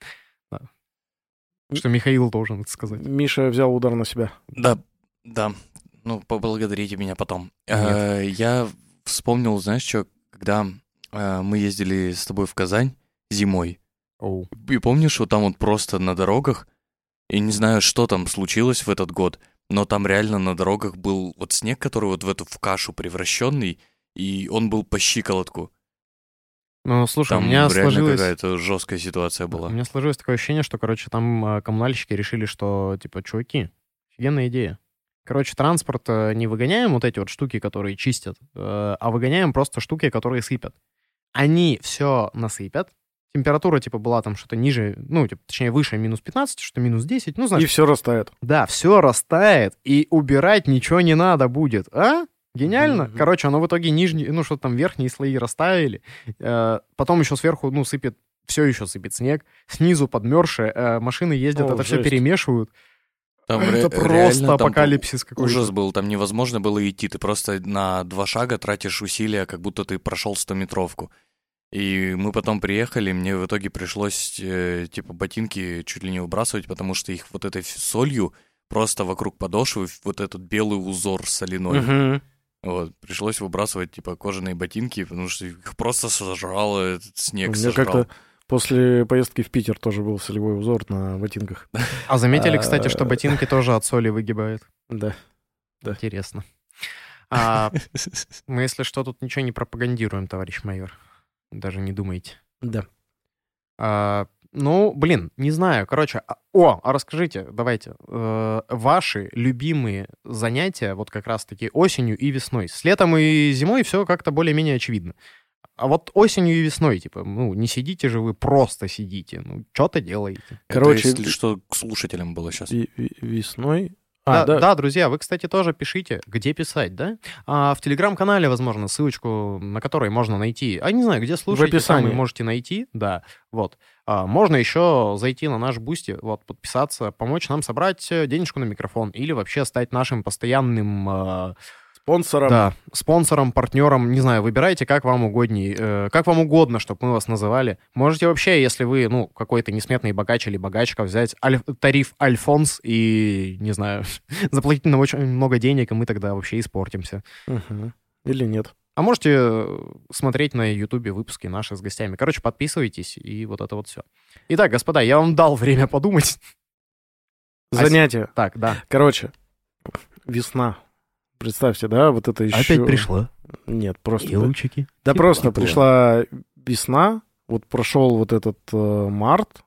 что Михаил должен это сказать. Миша взял удар на себя. Да, да. Ну, поблагодарите меня потом. Я вспомнил, знаешь, что, когда... мы ездили с тобой в Казань зимой. Oh. И помнишь, что там вот просто на дорогах, я не знаю, что там случилось в этот год, но там реально на дорогах был вот снег, который вот в эту в кашу превращенный, и он был по щиколотку. Ну, слушай, там у меня реально сложилась... какая-то жесткая ситуация была. У меня сложилось такое ощущение, что, короче, там коммунальщики решили, что, типа, чуваки, офигенная идея. Короче, транспорт не выгоняем вот эти вот штуки, которые чистят, а выгоняем просто штуки, которые сыпят. Они все насыпят, температура, типа, была там что-то ниже, ну, типа, точнее, выше минус пятнадцать, что минус десять, ну, знаешь. И все растает. Да, все растает, и убирать ничего не надо будет, а? Гениально. Mm-hmm. Короче, оно в итоге нижние, ну, что там, верхние слои растаяли, э, потом еще сверху, ну, сыпет, все еще сыпет снег, снизу подмерзшие, э, машины ездят, О, это жесть. Все перемешивают. Там это ре- просто апокалипсис какой-то. Ужас был, там невозможно было идти, ты просто на два шага тратишь усилия, как будто ты прошел стометровку. И мы потом приехали, мне в итоге пришлось, э, типа, ботинки чуть ли не выбрасывать, потому что их вот этой солью просто вокруг подошвы вот этот белый узор соляной. Угу. Вот, пришлось выбрасывать, типа, кожаные ботинки, потому что их просто сожрало, этот снег У меня сожрал. как-то после поездки в Питер тоже был солевой узор на ботинках. А заметили, кстати, что ботинки тоже от соли выгибают? Да. Интересно. А, мы, если что, тут ничего не пропагандируем, товарищ майор. Даже не думайте. Да. А, ну, блин, не знаю. Короче, а, о, а расскажите, давайте, э, ваши любимые занятия вот как раз-таки осенью и весной. С летом и зимой все как-то более-менее очевидно. А вот осенью и весной, типа, ну, не сидите же вы, просто сидите. Ну, что-то делаете. Короче, это, если что, к слушателям было сейчас. И, и, весной... Да, а, да. да, друзья, вы, кстати, тоже пишите, где писать, да? А в Телеграм-канале, возможно, ссылочку, на которой можно найти. А не знаю, где слушаете, там вы можете найти, да, вот. А, можно еще зайти на наш Бусти, вот, подписаться, помочь нам собрать денежку на микрофон или вообще стать нашим постоянным... А, спонсором. Да, спонсором, партнером, не знаю, выбирайте, как вам угоднее, э, как вам угодно, чтобы мы вас называли. Можете вообще, если вы, ну, какой-то несметный богач или богачка, взять аль- тариф Альфонс и, не знаю, заплатить нам очень много денег, и мы тогда вообще испортимся. Угу. Или нет. А можете смотреть на Ютубе выпуски наши с гостями. Короче, подписывайтесь, и вот это вот все. Итак, господа, я вам дал время подумать. Занятие. А... Так, да. Короче, весна. Представьте, да, вот это еще... Опять пришла? Нет, просто... И лучики. Да, просто тепло. Пришла весна, вот прошел вот этот э, март,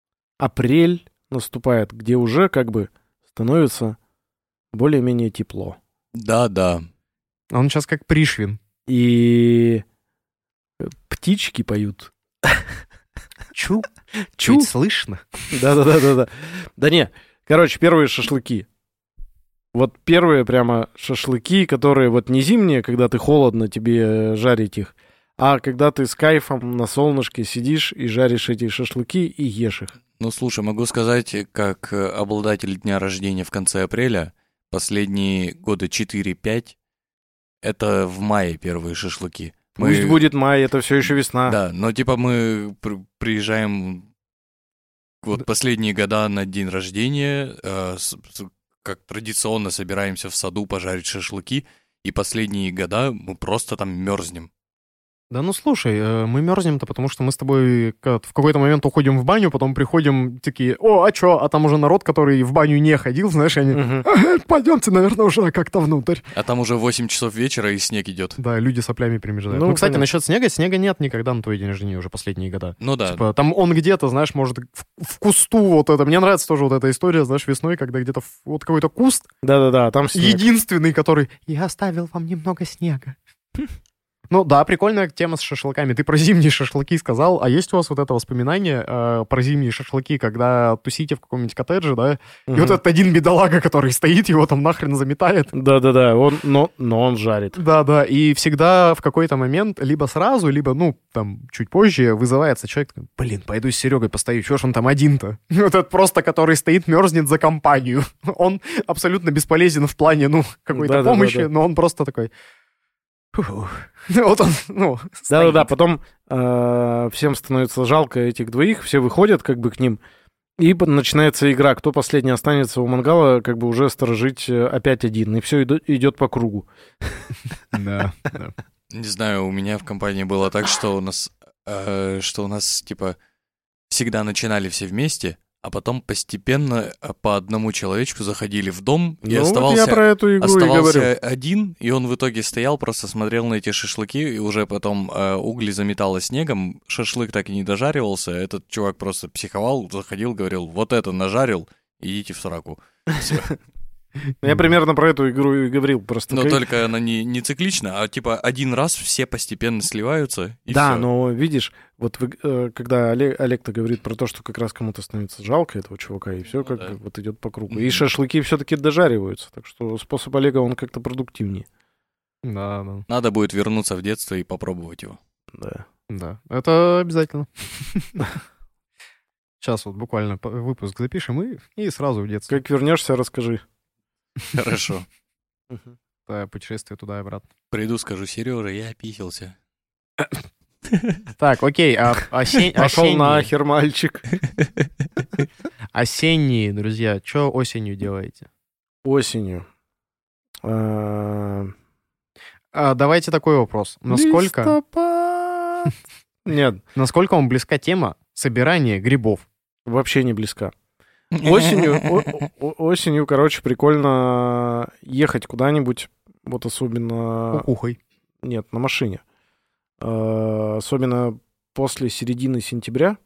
апрель наступает, где уже как бы становится более-менее тепло. Да-да. Он сейчас как Пришвин. И птички поют. Чу? Чу? Ведь слышно? Да-да-да-да-да. Да не, короче, первые шашлыки. Вот первые прямо шашлыки, которые вот не зимние, когда ты холодно, тебе жарить их, а когда ты с кайфом на солнышке сидишь и жаришь эти шашлыки и ешь их. Ну, слушай, могу сказать, как обладатель дня рождения в конце апреля, последние года четыре-пять, это в мае первые шашлыки. Пусть мы... будет май, это все еще весна. Да, но типа мы при- приезжаем вот последние года на день рождения, э, с, с, как традиционно собираемся в саду пожарить шашлыки, и последние года мы просто там мерзнем. Да ну слушай, мы мерзнем-то, потому что мы с тобой в какой-то момент уходим в баню, потом приходим такие, о, а чё? А там уже народ, который в баню не ходил, знаешь, они, ага, пойдемте, наверное, уже как-то внутрь. А там уже восемь часов вечера, и снег идет. Да, люди соплями примеждают. Ну, ну кстати, понятно. насчет снега, снега нет никогда на твой день рождения уже последние года. Ну да. Типа, там он где-то, знаешь, может, в, в кусту вот это. Мне нравится тоже вот эта история, знаешь, весной, когда где-то в, вот какой-то куст. Да-да-да, там снег. Единственный, который, я оставил вам немного снега. Ну да, прикольная тема с шашлыками. Ты про зимние шашлыки сказал, а есть у вас вот это воспоминание э, про зимние шашлыки, когда тусите в каком-нибудь коттедже, да? Угу. И вот этот один бедолага, который стоит, его там нахрен заметает. Да-да-да, он, но, но он жарит. Да-да, и всегда в какой-то момент, либо сразу, либо, ну, там, чуть позже вызывается человек, блин, пойду с Серегой постою, чего ж он там один-то? Вот этот просто, который стоит, мерзнет за компанию. Он абсолютно бесполезен в плане, ну, какой-то да, помощи, да, да, да. но он просто такой... Вот он, ну, да-да-да, потом э, всем становится жалко этих двоих, все выходят как бы к ним, и начинается игра, кто последний останется у мангала, как бы уже сторожить опять один, и все идет по кругу. Да, да. Не знаю, у меня в компании было так, что у нас, э, что у нас, типа, всегда начинали все вместе, а потом постепенно по одному человечку заходили в дом, и ну, оставался, я про эту игру оставался и говорю. один, и он в итоге стоял, просто смотрел на эти шашлыки, и уже потом э, угли заметало снегом, шашлык так и не дожаривался, этот чувак просто психовал, заходил, говорил, вот это нажарил, идите в сраку. Все. Я примерно про эту игру и говорил. Просто Но как- только она не, не циклична, а типа один раз все постепенно сливаются, и Да, всё. но видишь, вот вы, э, когда Олег, Олег-то говорит про то, что как раз кому-то становится жалко этого чувака, и все Ну как да. бы вот идет по кругу. Мгм. И шашлыки все-таки дожариваются, так что способ Олега, он как-то продуктивнее. Да, да, Надо будет вернуться в детство и попробовать его. Да. да. Это обязательно. Сейчас вот буквально по- выпуск запишем и, и сразу в детство. Как вернешься, расскажи. Хорошо. Да, путешествие туда и обратно. Приду, скажу, Сережа, я описался. Так, окей, а осень- Пошел осенние, нахер, мальчик. осенние, друзья, что осенью делаете? Осенью. А, А, давайте такой вопрос. Насколько, Листопад. Нет, насколько вам близка тема собирания грибов? вообще не близка. Осенью, о- о- осенью, короче, прикольно ехать куда-нибудь, вот особенно... Кукухой. Нет, на машине. Э, Особенно после середины сентября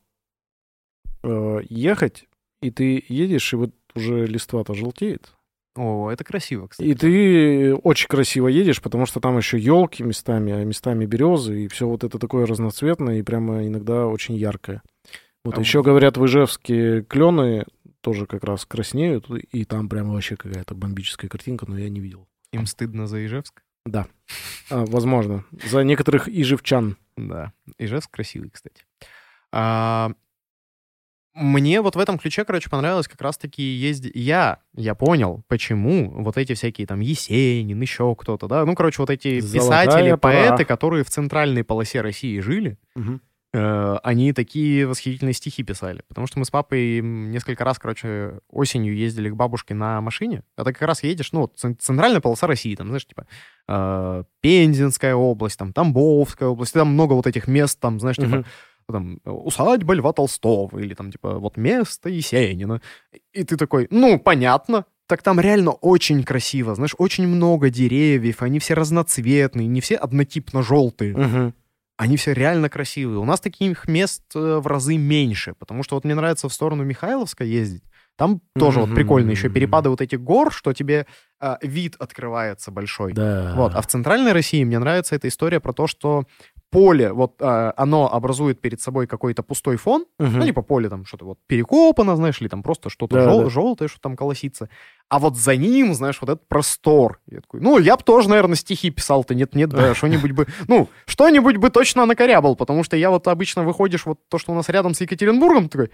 э, ехать, и ты едешь, и вот уже листва-то желтеет. О, это красиво, кстати. И ты очень красиво едешь, потому что там еще елки местами, а местами березы, и все вот это такое разноцветное и прямо иногда очень яркое. Вот А еще вот- говорят, в Ижевске клены тоже как раз краснеют, и там прямо вообще какая-то бомбическая картинка, но я не видел. Им стыдно за Ижевск? Да, А, возможно. За некоторых ижевчан. Да, Ижевск красивый, кстати. А, мне вот в этом ключе, короче, понравилось как раз-таки ездить... Я, я понял, почему вот эти всякие там Есенин, еще кто-то, да, ну, короче, вот эти Золотая писатели, пора. поэты, которые в центральной полосе России жили, э, они такие восхитительные стихи писали. Потому что мы с папой м, несколько раз, короче, осенью ездили к бабушке на машине. Это как раз едешь, ну, вот цен- центральная полоса России, там, знаешь, типа э, Пензенская область, там, Тамбовская область, там много вот этих мест, там, знаешь, типа Мгм. там, усадьба Льва Толстого, или там, типа, вот место Есенина. И ты такой, ну, понятно, так там реально очень красиво, знаешь, очень много деревьев, они все разноцветные, не все однотипно желтые, Мгм. они все реально красивые. У нас таких мест э, в разы меньше, потому что вот мне нравится в сторону Михайловска ездить, там тоже вот Мгм. прикольно еще перепады вот этих гор, что тебе э, вид открывается большой. Да. Вот. А в центральной России мне нравится эта история про то, что поле, вот а, оно образует перед собой какой-то пустой фон, Мгм. ну, типа поле там что-то вот перекопано, знаешь, или там просто что-то Да, жел- да. желтое, что там колосится. А вот за ним, знаешь, вот этот простор. Я такой, ну, я бы тоже, наверное, стихи писал-то, нет-нет, да, что-нибудь бы, ну, что-нибудь бы точно накорябал, потому что я вот обычно выходишь, вот то, что у нас рядом с Екатеринбургом, ты такой,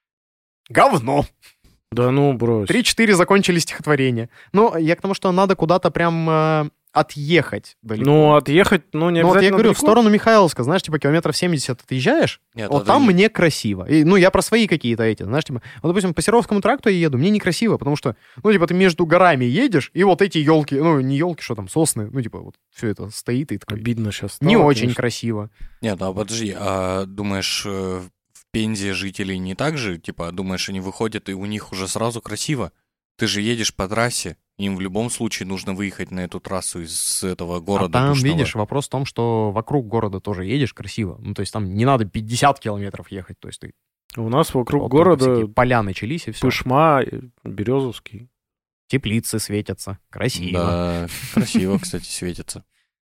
говно. Да ну, брось. Три-четыре закончили стихотворение. Но я к тому, что надо куда-то прям э, отъехать далеко. Ну, отъехать, ну, не Ну, вот обязательно я говорю, в далеко. сторону Михайловска, знаешь, типа километров семьдесят отъезжаешь, Нет, вот это там не- мне красиво. И, ну, я про свои какие-то эти, знаешь, типа, вот, допустим, по Серовскому тракту я еду, мне некрасиво, потому что, ну, типа, ты между горами едешь, и вот эти елки, ну, не елки, что там, сосны, ну, типа, вот все это стоит, и такой, Обидно сейчас. не очень красиво. Нет, а подожди, а думаешь, э, в Пензе жители не так же? Типа, думаешь, они выходят, и у них уже сразу красиво? Ты же едешь по трассе, им в любом случае нужно выехать на эту трассу из этого города А там, душного. видишь, вопрос в том, что вокруг города тоже едешь красиво. Ну, то есть там не надо пятьдесят километров ехать, то есть ты... У нас вокруг вот только города всякие поля начались, и все. Пышма, э, Березовский. Теплицы светятся, красиво. Да, красиво, кстати, светится.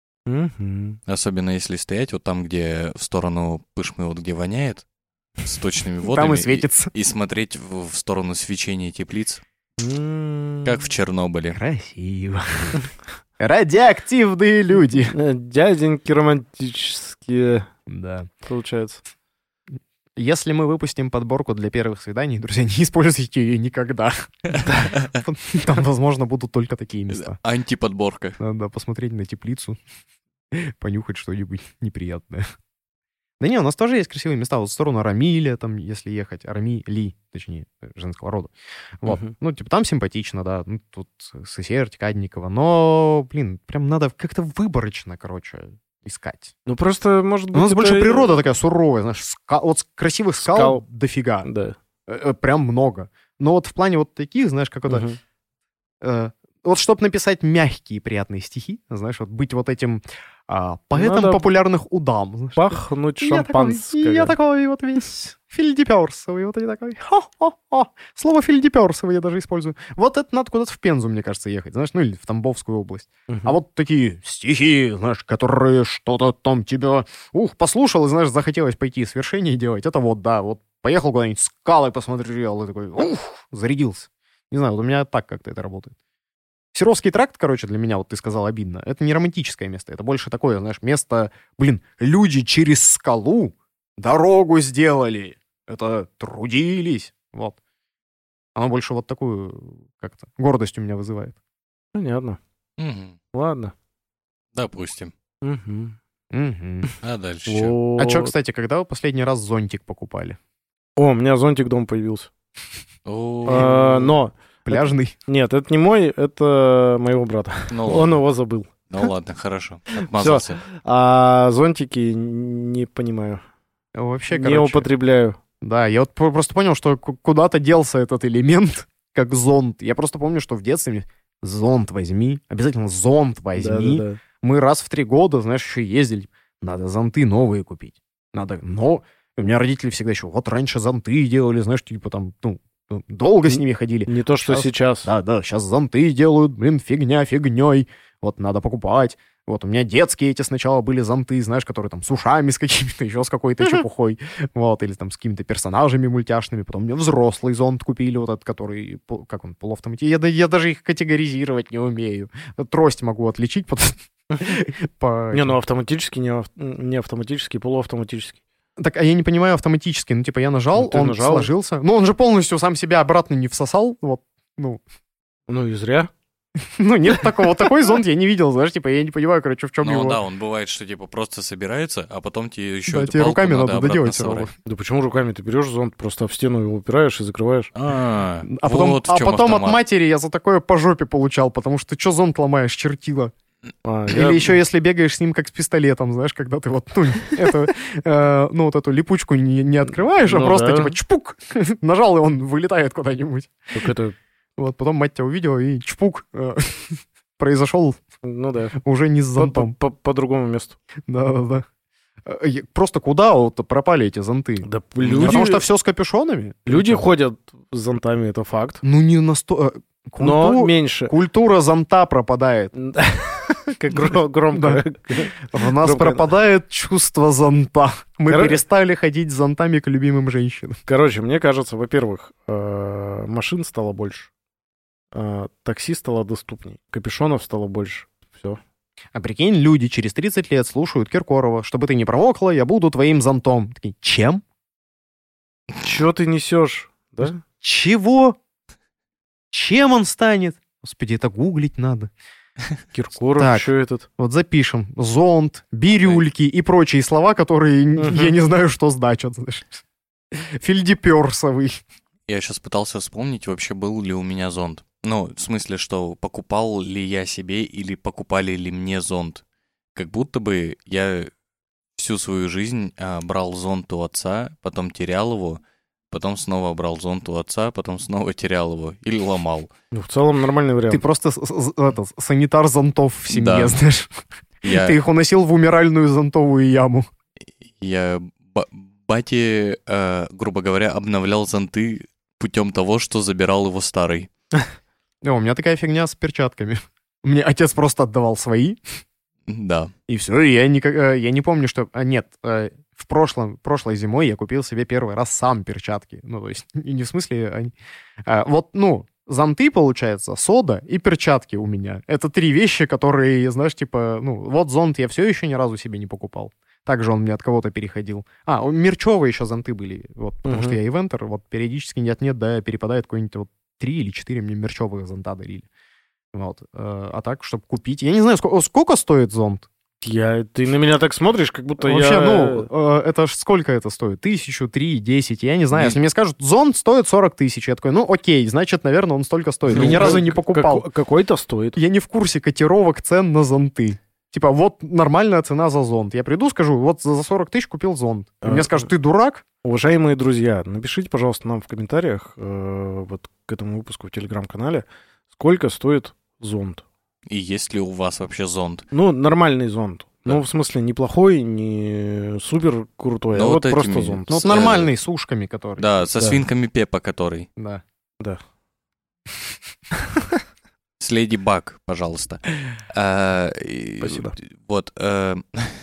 Мгм. Особенно если стоять вот там, где в сторону Пышмы, вот где воняет, с точными водами. Там и светится. И смотреть в, в сторону свечения теплиц, М. как в Чернобыле. Красиво. Радиоактивные люди. Э, Дяденьки романтические, Да. получается. Если мы выпустим подборку для первых свиданий, друзья, не используйте ее никогда. Там, возможно, будут только такие места. Антиподборка. Надо посмотреть на теплицу, понюхать что-нибудь неприятное. Да не, у нас тоже есть красивые места. Вот в сторону Арамиля, там, если ехать. Арамили, точнее, женского рода. Вот. Мгм. Ну, типа, там симпатично, да. Ну, тут Сысерть, Кадникова. Но, блин, прям надо как-то выборочно, короче, искать. Ну, просто, может быть... У нас это больше и- природа такая суровая, знаешь. ска- Вот с- красивых скал, Скал. дофига. Да. Э, э, Прям много. Но вот в плане вот таких, знаешь, как это... Мгм. э, вот чтобы написать мягкие приятные стихи, знаешь, вот быть вот этим а, поэтом Надо популярных удам. Знаешь, пахнуть я шампанское. такой, я такой вот весь фильдеперсовый, вот я такой, хо-хо-хо. Слово фильдеперсовый я даже использую. Вот это надо куда-то в Пензу, мне кажется, ехать, знаешь, ну или в Тамбовскую область. Мгм. А вот такие стихи, знаешь, которые что-то там тебя, ух, послушал, и, знаешь, захотелось пойти свершение делать. Это вот, да, вот поехал куда-нибудь, скалы посмотрел, и такой, ух, зарядился. Не знаю, вот у меня так как-то это работает. Серовский тракт, короче, для меня, вот ты сказал, обидно. Это не романтическое место, это больше такое, знаешь, место, блин, люди через скалу дорогу сделали. Это трудились. Вот. Оно больше вот такую, как-то, гордость у меня вызывает. Понятно. Мгм. Ладно. Допустим. Мгм. Мгм. А дальше что? Вот. А что, кстати, когда вы последний раз зонтик покупали? О, у меня зонтик дома появился. О, А, но, Пляжный? нет, это не мой, это моего брата. Ну Он ладно, его забыл. ну ладно, хорошо. Отмазался. А зонтики не понимаю. Вообще, Не короче... употребляю. Да, я вот про- просто понял, что ку- куда-то делся этот элемент, как зонт. Я просто помню, что в детстве мне зонт возьми, обязательно зонт возьми. Да-да-да. Мы раз в три года, знаешь, еще ездили. Надо зонты новые купить. Надо, но... У меня родители всегда еще, вот раньше зонты делали, знаешь, типа там, ну, ну, долго с ними ходили. Не то, что Щас- сейчас. Да, да, сейчас зонты делают, блин, фигня фигней. Вот надо покупать. Вот у меня детские эти сначала были зонты, знаешь, которые там с ушами, с какими-то, еще с какой-то чепухой. Вот, или там с какими-то персонажами мультяшными. Потом мне взрослый зонт купили, вот этот, который, пол- как он, полуавтоматический. Я, да- я даже их категоризировать не умею. Трость могу отличить по... по- Не, ну автоматически, не, ав- не автоматический, полуавтоматический. Так, а я не понимаю автоматически. Ну, типа, я нажал, Ну, ты он нажал. сложился. Ну, он же полностью сам себя обратно не всосал. Вот, ну, Ну и зря. ну нет такого. Такой зонт я не видел, знаешь, типа, я не понимаю, короче, в чем Ну его... да, он бывает, что типа просто собирается, а потом тебе еще Да, эту тебе палку руками надо обратно доделать всё собрать. равно. Да почему руками? Ты берешь зонт, просто в стену его упираешь и закрываешь. А, А потом, вот в а чём потом от автомат. матери я за такое по жопе получал, потому что что зонт ломаешь, чертила. А, Или я- еще если бегаешь с ним как с пистолетом, знаешь, когда ты вот, ну, это, э, ну, вот эту липучку не, не открываешь, а Ну просто да. типа чпук, нажал, и он вылетает куда-нибудь. Так это, Вот, потом мать тебя увидела, и чпук э, произошел ну да, уже не с по, зонтом. по- по другому месту. Да-да-да. Э, я- Просто куда вот пропали эти зонты? Да Потому люди, что все с капюшонами? люди ходят с зонтами, это факт. Ну, не на сто... э, Но культу- меньше. Культура зонта пропадает. Как гро- громко. В нас Громко. пропадает чувство зонта. Мы Короче- перестали ходить с зонтами к любимым женщинам. Короче, мне кажется, во-первых, э, машин стало больше, э, такси стало доступней, капюшонов стало больше. Все. А прикинь, люди через тридцать лет слушают Киркорова. Чтобы ты не промокла, я буду твоим зонтом. Такие, чем? Че ты несешь? Да? Чего? Чем он станет? Господи, это гуглить надо. Киркоров, Так. что этот? Вот запишем. Зонт, бирюльки и прочие слова, которые н- Мгм. я не знаю, что значат. знаешь. Фильдеперсовый. Я сейчас пытался вспомнить, вообще был ли у меня зонт. Ну, в смысле, что покупал ли я себе или покупали ли мне зонт. Как будто бы я всю свою жизнь а, брал зонт у отца, потом терял его, потом снова брал зонт у отца, потом снова терял его или ломал. Ну, в целом нормальный вариант. Ты просто с- с- это, санитар зонтов в семье, Да. знаешь. Я, Ты их уносил в умиральную зонтовую яму. я ба- бате, э, грубо говоря, обновлял зонты путем того, что забирал его старый. О, у меня такая фигня с перчатками. Мне отец просто отдавал свои, Да. и все, и я, никак, э, я не помню, что... а, нет, э, в прошлом, прошлой зимой я купил себе первый раз сам перчатки. Ну, то есть, и не в смысле... они- а, вот, ну, зонты, получается, сода и перчатки у меня. Это три вещи, которые, знаешь, типа... Ну, вот зонт я все еще ни разу себе не покупал. Также он мне от кого-то переходил. А, у мерчевые еще зонты были, вот, потому Мгм. что я ивентер, вот, периодически нет-нет, да, перепадает какой-нибудь вот три или четыре мне мерчевых зонта дарили. Вот. э, А так, чтобы купить... Я не знаю, сколько, сколько стоит зонт? Я, ты на меня так смотришь, как будто Вообще, я... ну, э, это ж сколько это стоит? Тысячу, три, десять, я не знаю. Не- Если мне скажут, зонт стоит сорок тысяч, я такой, ну, окей, значит, наверное, он столько стоит. Ну, я ни разу не как- покупал. как- какой-то стоит. Я не в курсе котировок цен на зонты. Типа, вот нормальная цена за зонт. Я приду, скажу, вот за сорок тысяч купил зонт. И А, мне скажут, ты дурак? Уважаемые друзья, напишите, пожалуйста, нам в комментариях э, вот к этому выпуску в Телеграм-канале, сколько стоит зонт. И есть ли у вас вообще зонт? Ну, нормальный зонт. Да. Ну, в смысле, не плохой, не супер крутой, Ну, а вот вот просто этими- зонт. Ну, вот С- нормальный, с ушками, который. Да, со Да. свинками Пеппа, который. Да. Да. С Леди Баг, пожалуйста. А, и Спасибо. Вот. э,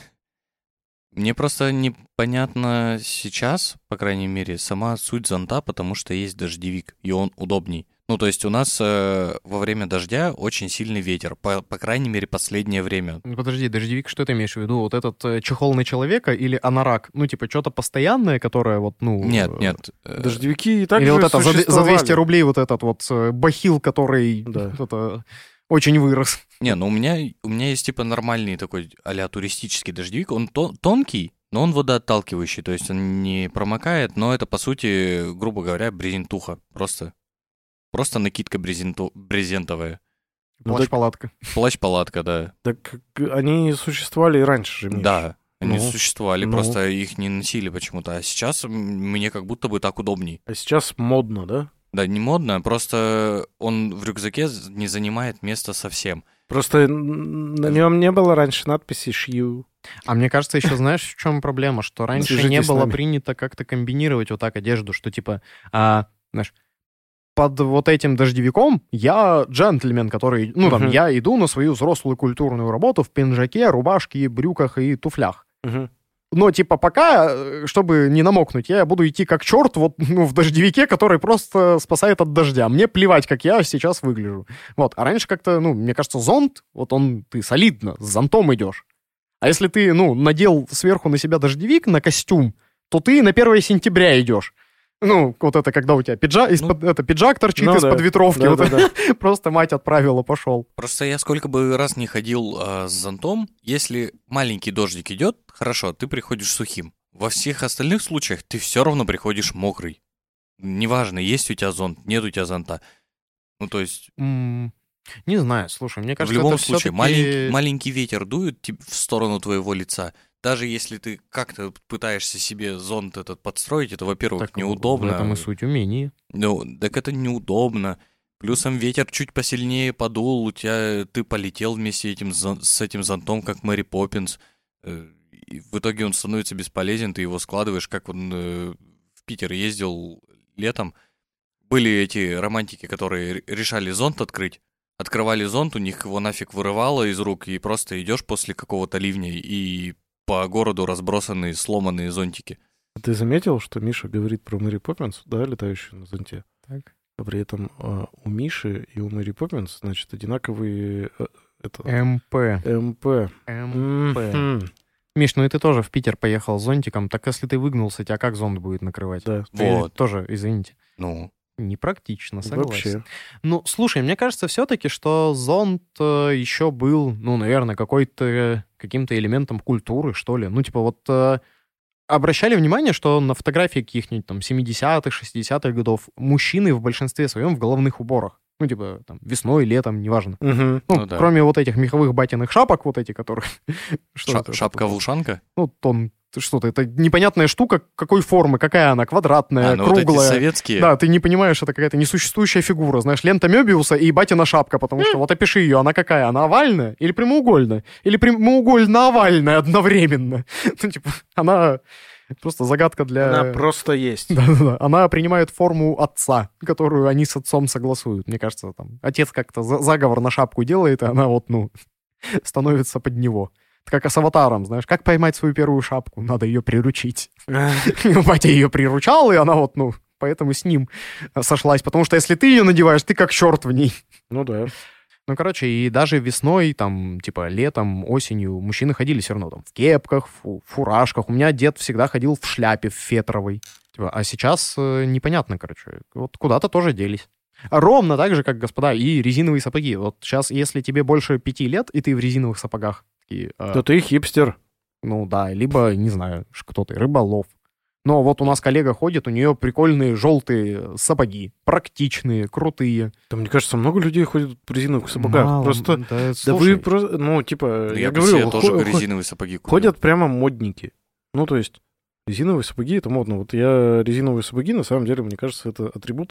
Мне просто непонятно сейчас, по крайней мере, сама суть зонта, потому что есть дождевик, и он удобней. Ну, то есть у нас э, во время дождя очень сильный ветер, по, по крайней мере, последнее время. Ну, подожди, дождевик, что ты имеешь в виду? Вот этот э, чехол на человека или анорак? Ну, типа, что-то постоянное, которое вот, ну... Нет, э, нет. э, Дождевики и так Или же вот это за, за существовали. двести рублей вот этот вот э, бахил, который Да. это, очень вырос. Не, ну у меня, у меня есть типа нормальный такой а-ля туристический дождевик. Он то- тонкий, но он водоотталкивающий, то есть он не промокает, но это, по сути, грубо говоря, брезентуха. Просто, просто накидка брезенту- брезентовая. Ну, Плащ-палатка. Плащ-палатка, да. Так они существовали и раньше же, Миш. Да, они Ну, существовали, ну. просто их не носили почему-то. А сейчас м, мне как будто бы так удобней. А сейчас модно, да? Да, не модно, просто он в рюкзаке не занимает места совсем. Просто н- на нем не было раньше надписи «шью». А мне кажется, еще знаешь, в чем проблема? Что раньше Свяжитесь не с было нами. принято как-то комбинировать вот так одежду, что типа, а, знаешь, под вот этим дождевиком я джентльмен, который, ну там, Мгм. я иду на свою взрослую культурную работу в пинжаке, рубашке, брюках и туфлях. Мгм. Но, типа, пока, э, чтобы не намокнуть, я буду идти как черт вот, ну, в дождевике, который просто спасает от дождя. Мне плевать, как я сейчас выгляжу. Вот. А раньше как-то, ну, мне кажется, зонт, вот он, ты солидно, с зонтом идешь. А если ты, ну, надел сверху на себя дождевик, на костюм, то ты на первое сентября идешь. Ну, вот это когда у тебя пиджак, из-под, это, пиджак торчит Ну из-под да. ветровки. Да, вот да, это. да. Просто мать отправила, пошел. Просто я сколько бы раз не ходил а, с зонтом, если маленький дождик идет, хорошо, ты приходишь сухим. Во всех остальных случаях ты все равно приходишь мокрый. Неважно, есть у тебя зонт, нет у тебя зонта. Ну, то есть, М, Не знаю, слушай, мне в кажется, любом это случае, всё-таки- маленький, маленький ветер дует тип- в сторону твоего лица. Даже если ты как-то пытаешься себе зонт этот подстроить, это, во-первых, Так неудобно. В этом и суть умения. Ну, так это неудобно. Плюсом ветер чуть посильнее подул, у тебя ты полетел вместе этим, зон- с этим зонтом, как Мэри Поппинс. Э, и в итоге он становится бесполезен, ты его складываешь, как он э, в Питер ездил летом. Были эти романтики, которые р- решали зонт открыть. Открывали зонт, у них его нафиг вырывало из рук, и просто идешь после какого-то ливня, и по городу разбросаны сломанные зонтики. Ты заметил, что Миша говорит про Мэри Поппинс, да, летающую на зонте? Так. А при этом а, у Миши и у Мэри Поппинс, значит, одинаковые э, это, МП. МП. МП. Мгм. Миш, ну и ты тоже в Питер поехал с зонтиком, так если ты выгнулся, тебя как зонт будет накрывать? Да. Ты Вот. Тоже, извините. Ну, Непрактично, согласен. Вообще. Ну, слушай, мне кажется все-таки, что зонт э, еще был, ну, наверное, какой-то, э, каким-то элементом культуры, что ли. Ну, типа вот э, обращали внимание, что на фотографии каких-нибудь там семидесятых, шестидесятых годов мужчины в большинстве своем в головных уборах. Ну, типа, там, весной, летом, неважно. Мгм. Ну, Ну да. кроме вот этих меховых батиных шапок, вот эти, которые... Что ша- это? шапка-вушанка? Ну, тон, что-то, это непонятная штука, какой формы, какая она, квадратная, А, ну вот эти круглая. советские. Да, ты не понимаешь, это какая-то несуществующая фигура, знаешь, лента Мёбиуса и батина шапка, потому что вот опиши ее, она какая, она овальная или прямоугольная? Или прямоугольно-овальная одновременно? Ну, типа, она просто загадка для... Она просто есть. Да-да-да. Она принимает форму отца, которую они с отцом согласуют. Мне кажется, там, отец как-то за- заговор на шапку делает, и она вот, ну, становится под него. Это как с аватаром, знаешь, как поймать свою первую шапку? Надо ее приручить. Батя ее приручал, и она вот, ну, поэтому с ним сошлась. Потому что если ты ее надеваешь, ты как черт в ней. Ну да. Ну, короче, и даже весной, там, типа, летом, осенью мужчины ходили все равно там в кепках, в фуражках. У меня дед всегда ходил в шляпе, в фетровой. Типа, а сейчас э, непонятно, короче. Вот куда-то тоже делись. Ровно так же, как, господа, и резиновые сапоги. Вот сейчас, если тебе больше пяти лет, и ты в резиновых сапогах, такие, э, То ты хипстер. ну да, либо, не знаю, ш- кто ты, рыболов. Но вот у нас коллега ходит, у нее прикольные желтые сапоги, практичные, крутые. Да, мне кажется, много людей ходят в резиновых сапогах. Мало, Просто, да, да слушай, вы просто, ну, типа, Ну, я, я, бы говорю, себе тоже хо- хо- резиновые сапоги купил. ходят прямо модники. Ну, то есть, резиновые сапоги — это модно. Вот я резиновые сапоги, на самом деле, мне кажется, это атрибут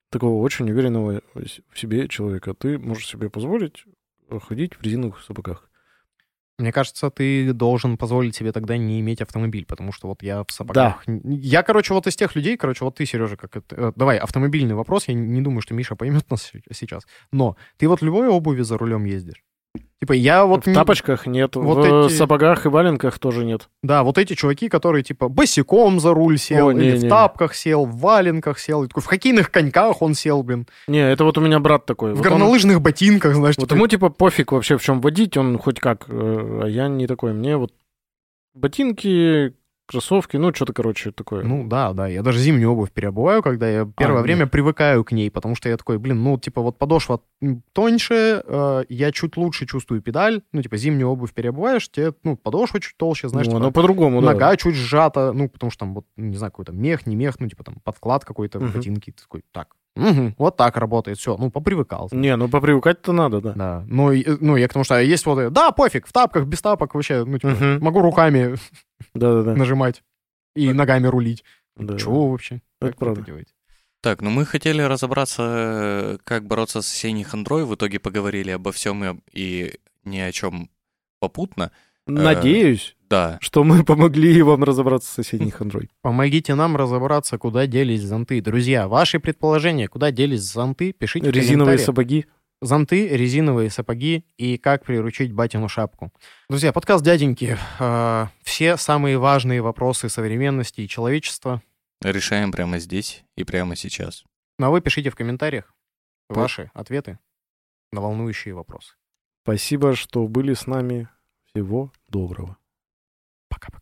такого очень уверенного в себе человека, ты можешь себе позволить ходить в резиновых сапогах. Мне кажется, ты должен позволить себе тогда не иметь автомобиль, потому что вот я в сапогах... Да. Я, короче, вот из тех людей, короче, вот ты, Сережа, как это... Давай, автомобильный вопрос, я не думаю, что Миша поймет нас сейчас, но ты вот в любой обуви за рулем ездишь? Типа я вот... В тапочках нет, вот в эти... сапогах и валенках тоже нет. Да, вот эти чуваки, которые типа босиком за руль сел, О, или не, в не. тапках сел, в валенках сел, в хоккейных коньках он сел, блин. Не, это вот у меня брат такой. В вот горнолыжных он... ботинках, знаешь. Вот типа... ему типа пофиг вообще в чем водить, он хоть как, а я не такой. Мне вот ботинки... кроссовки, ну, что-то, короче, такое. Ну, да, да, я даже зимнюю обувь переобуваю, когда я первое а, время нет. привыкаю к ней, потому что я такой, блин, ну, типа, вот подошва тоньше, э, я чуть лучше чувствую педаль, ну, типа, зимнюю обувь переобуваешь, тебе, ну, подошва чуть толще, знаешь, ну, типа, оно по-другому, нога да. чуть сжата, ну, потому что там, вот, не знаю, какой-то мех, не мех, ну, типа, там, подклад какой-то, uh-huh. ботинки, ты такой, так, угу, вот так работает, все, ну, попривыкал. Знаешь. Не, ну, попривыкать-то надо, да. Да, ну, и, ну, я к тому, что есть вот, да, пофиг, в тапках, без тапок вообще, ну, типа, uh-huh. могу руками нажимать. И ногами рулить. Да. Чего вообще? Это правда. Так, ну мы хотели разобраться, как бороться с соседней хандрой. В итоге поговорили обо всем и, и ни о чем попутно. Надеюсь, э, да. что мы помогли вам разобраться с соседней хандрой. Помогите нам разобраться, куда делись зонты. Друзья, ваши предположения, куда делись зонты, пишите в комментариях. Резиновые сапоги. Зонты, резиновые сапоги и как приручить батину шапку. Друзья, подкаст «Дяденьки». Э, все самые важные вопросы современности и человечества решаем прямо здесь и прямо сейчас. Ну а вы пишите в комментариях ваши ответы на волнующие вопросы. Спасибо, что были с нами. Всего доброго. Пока-пока.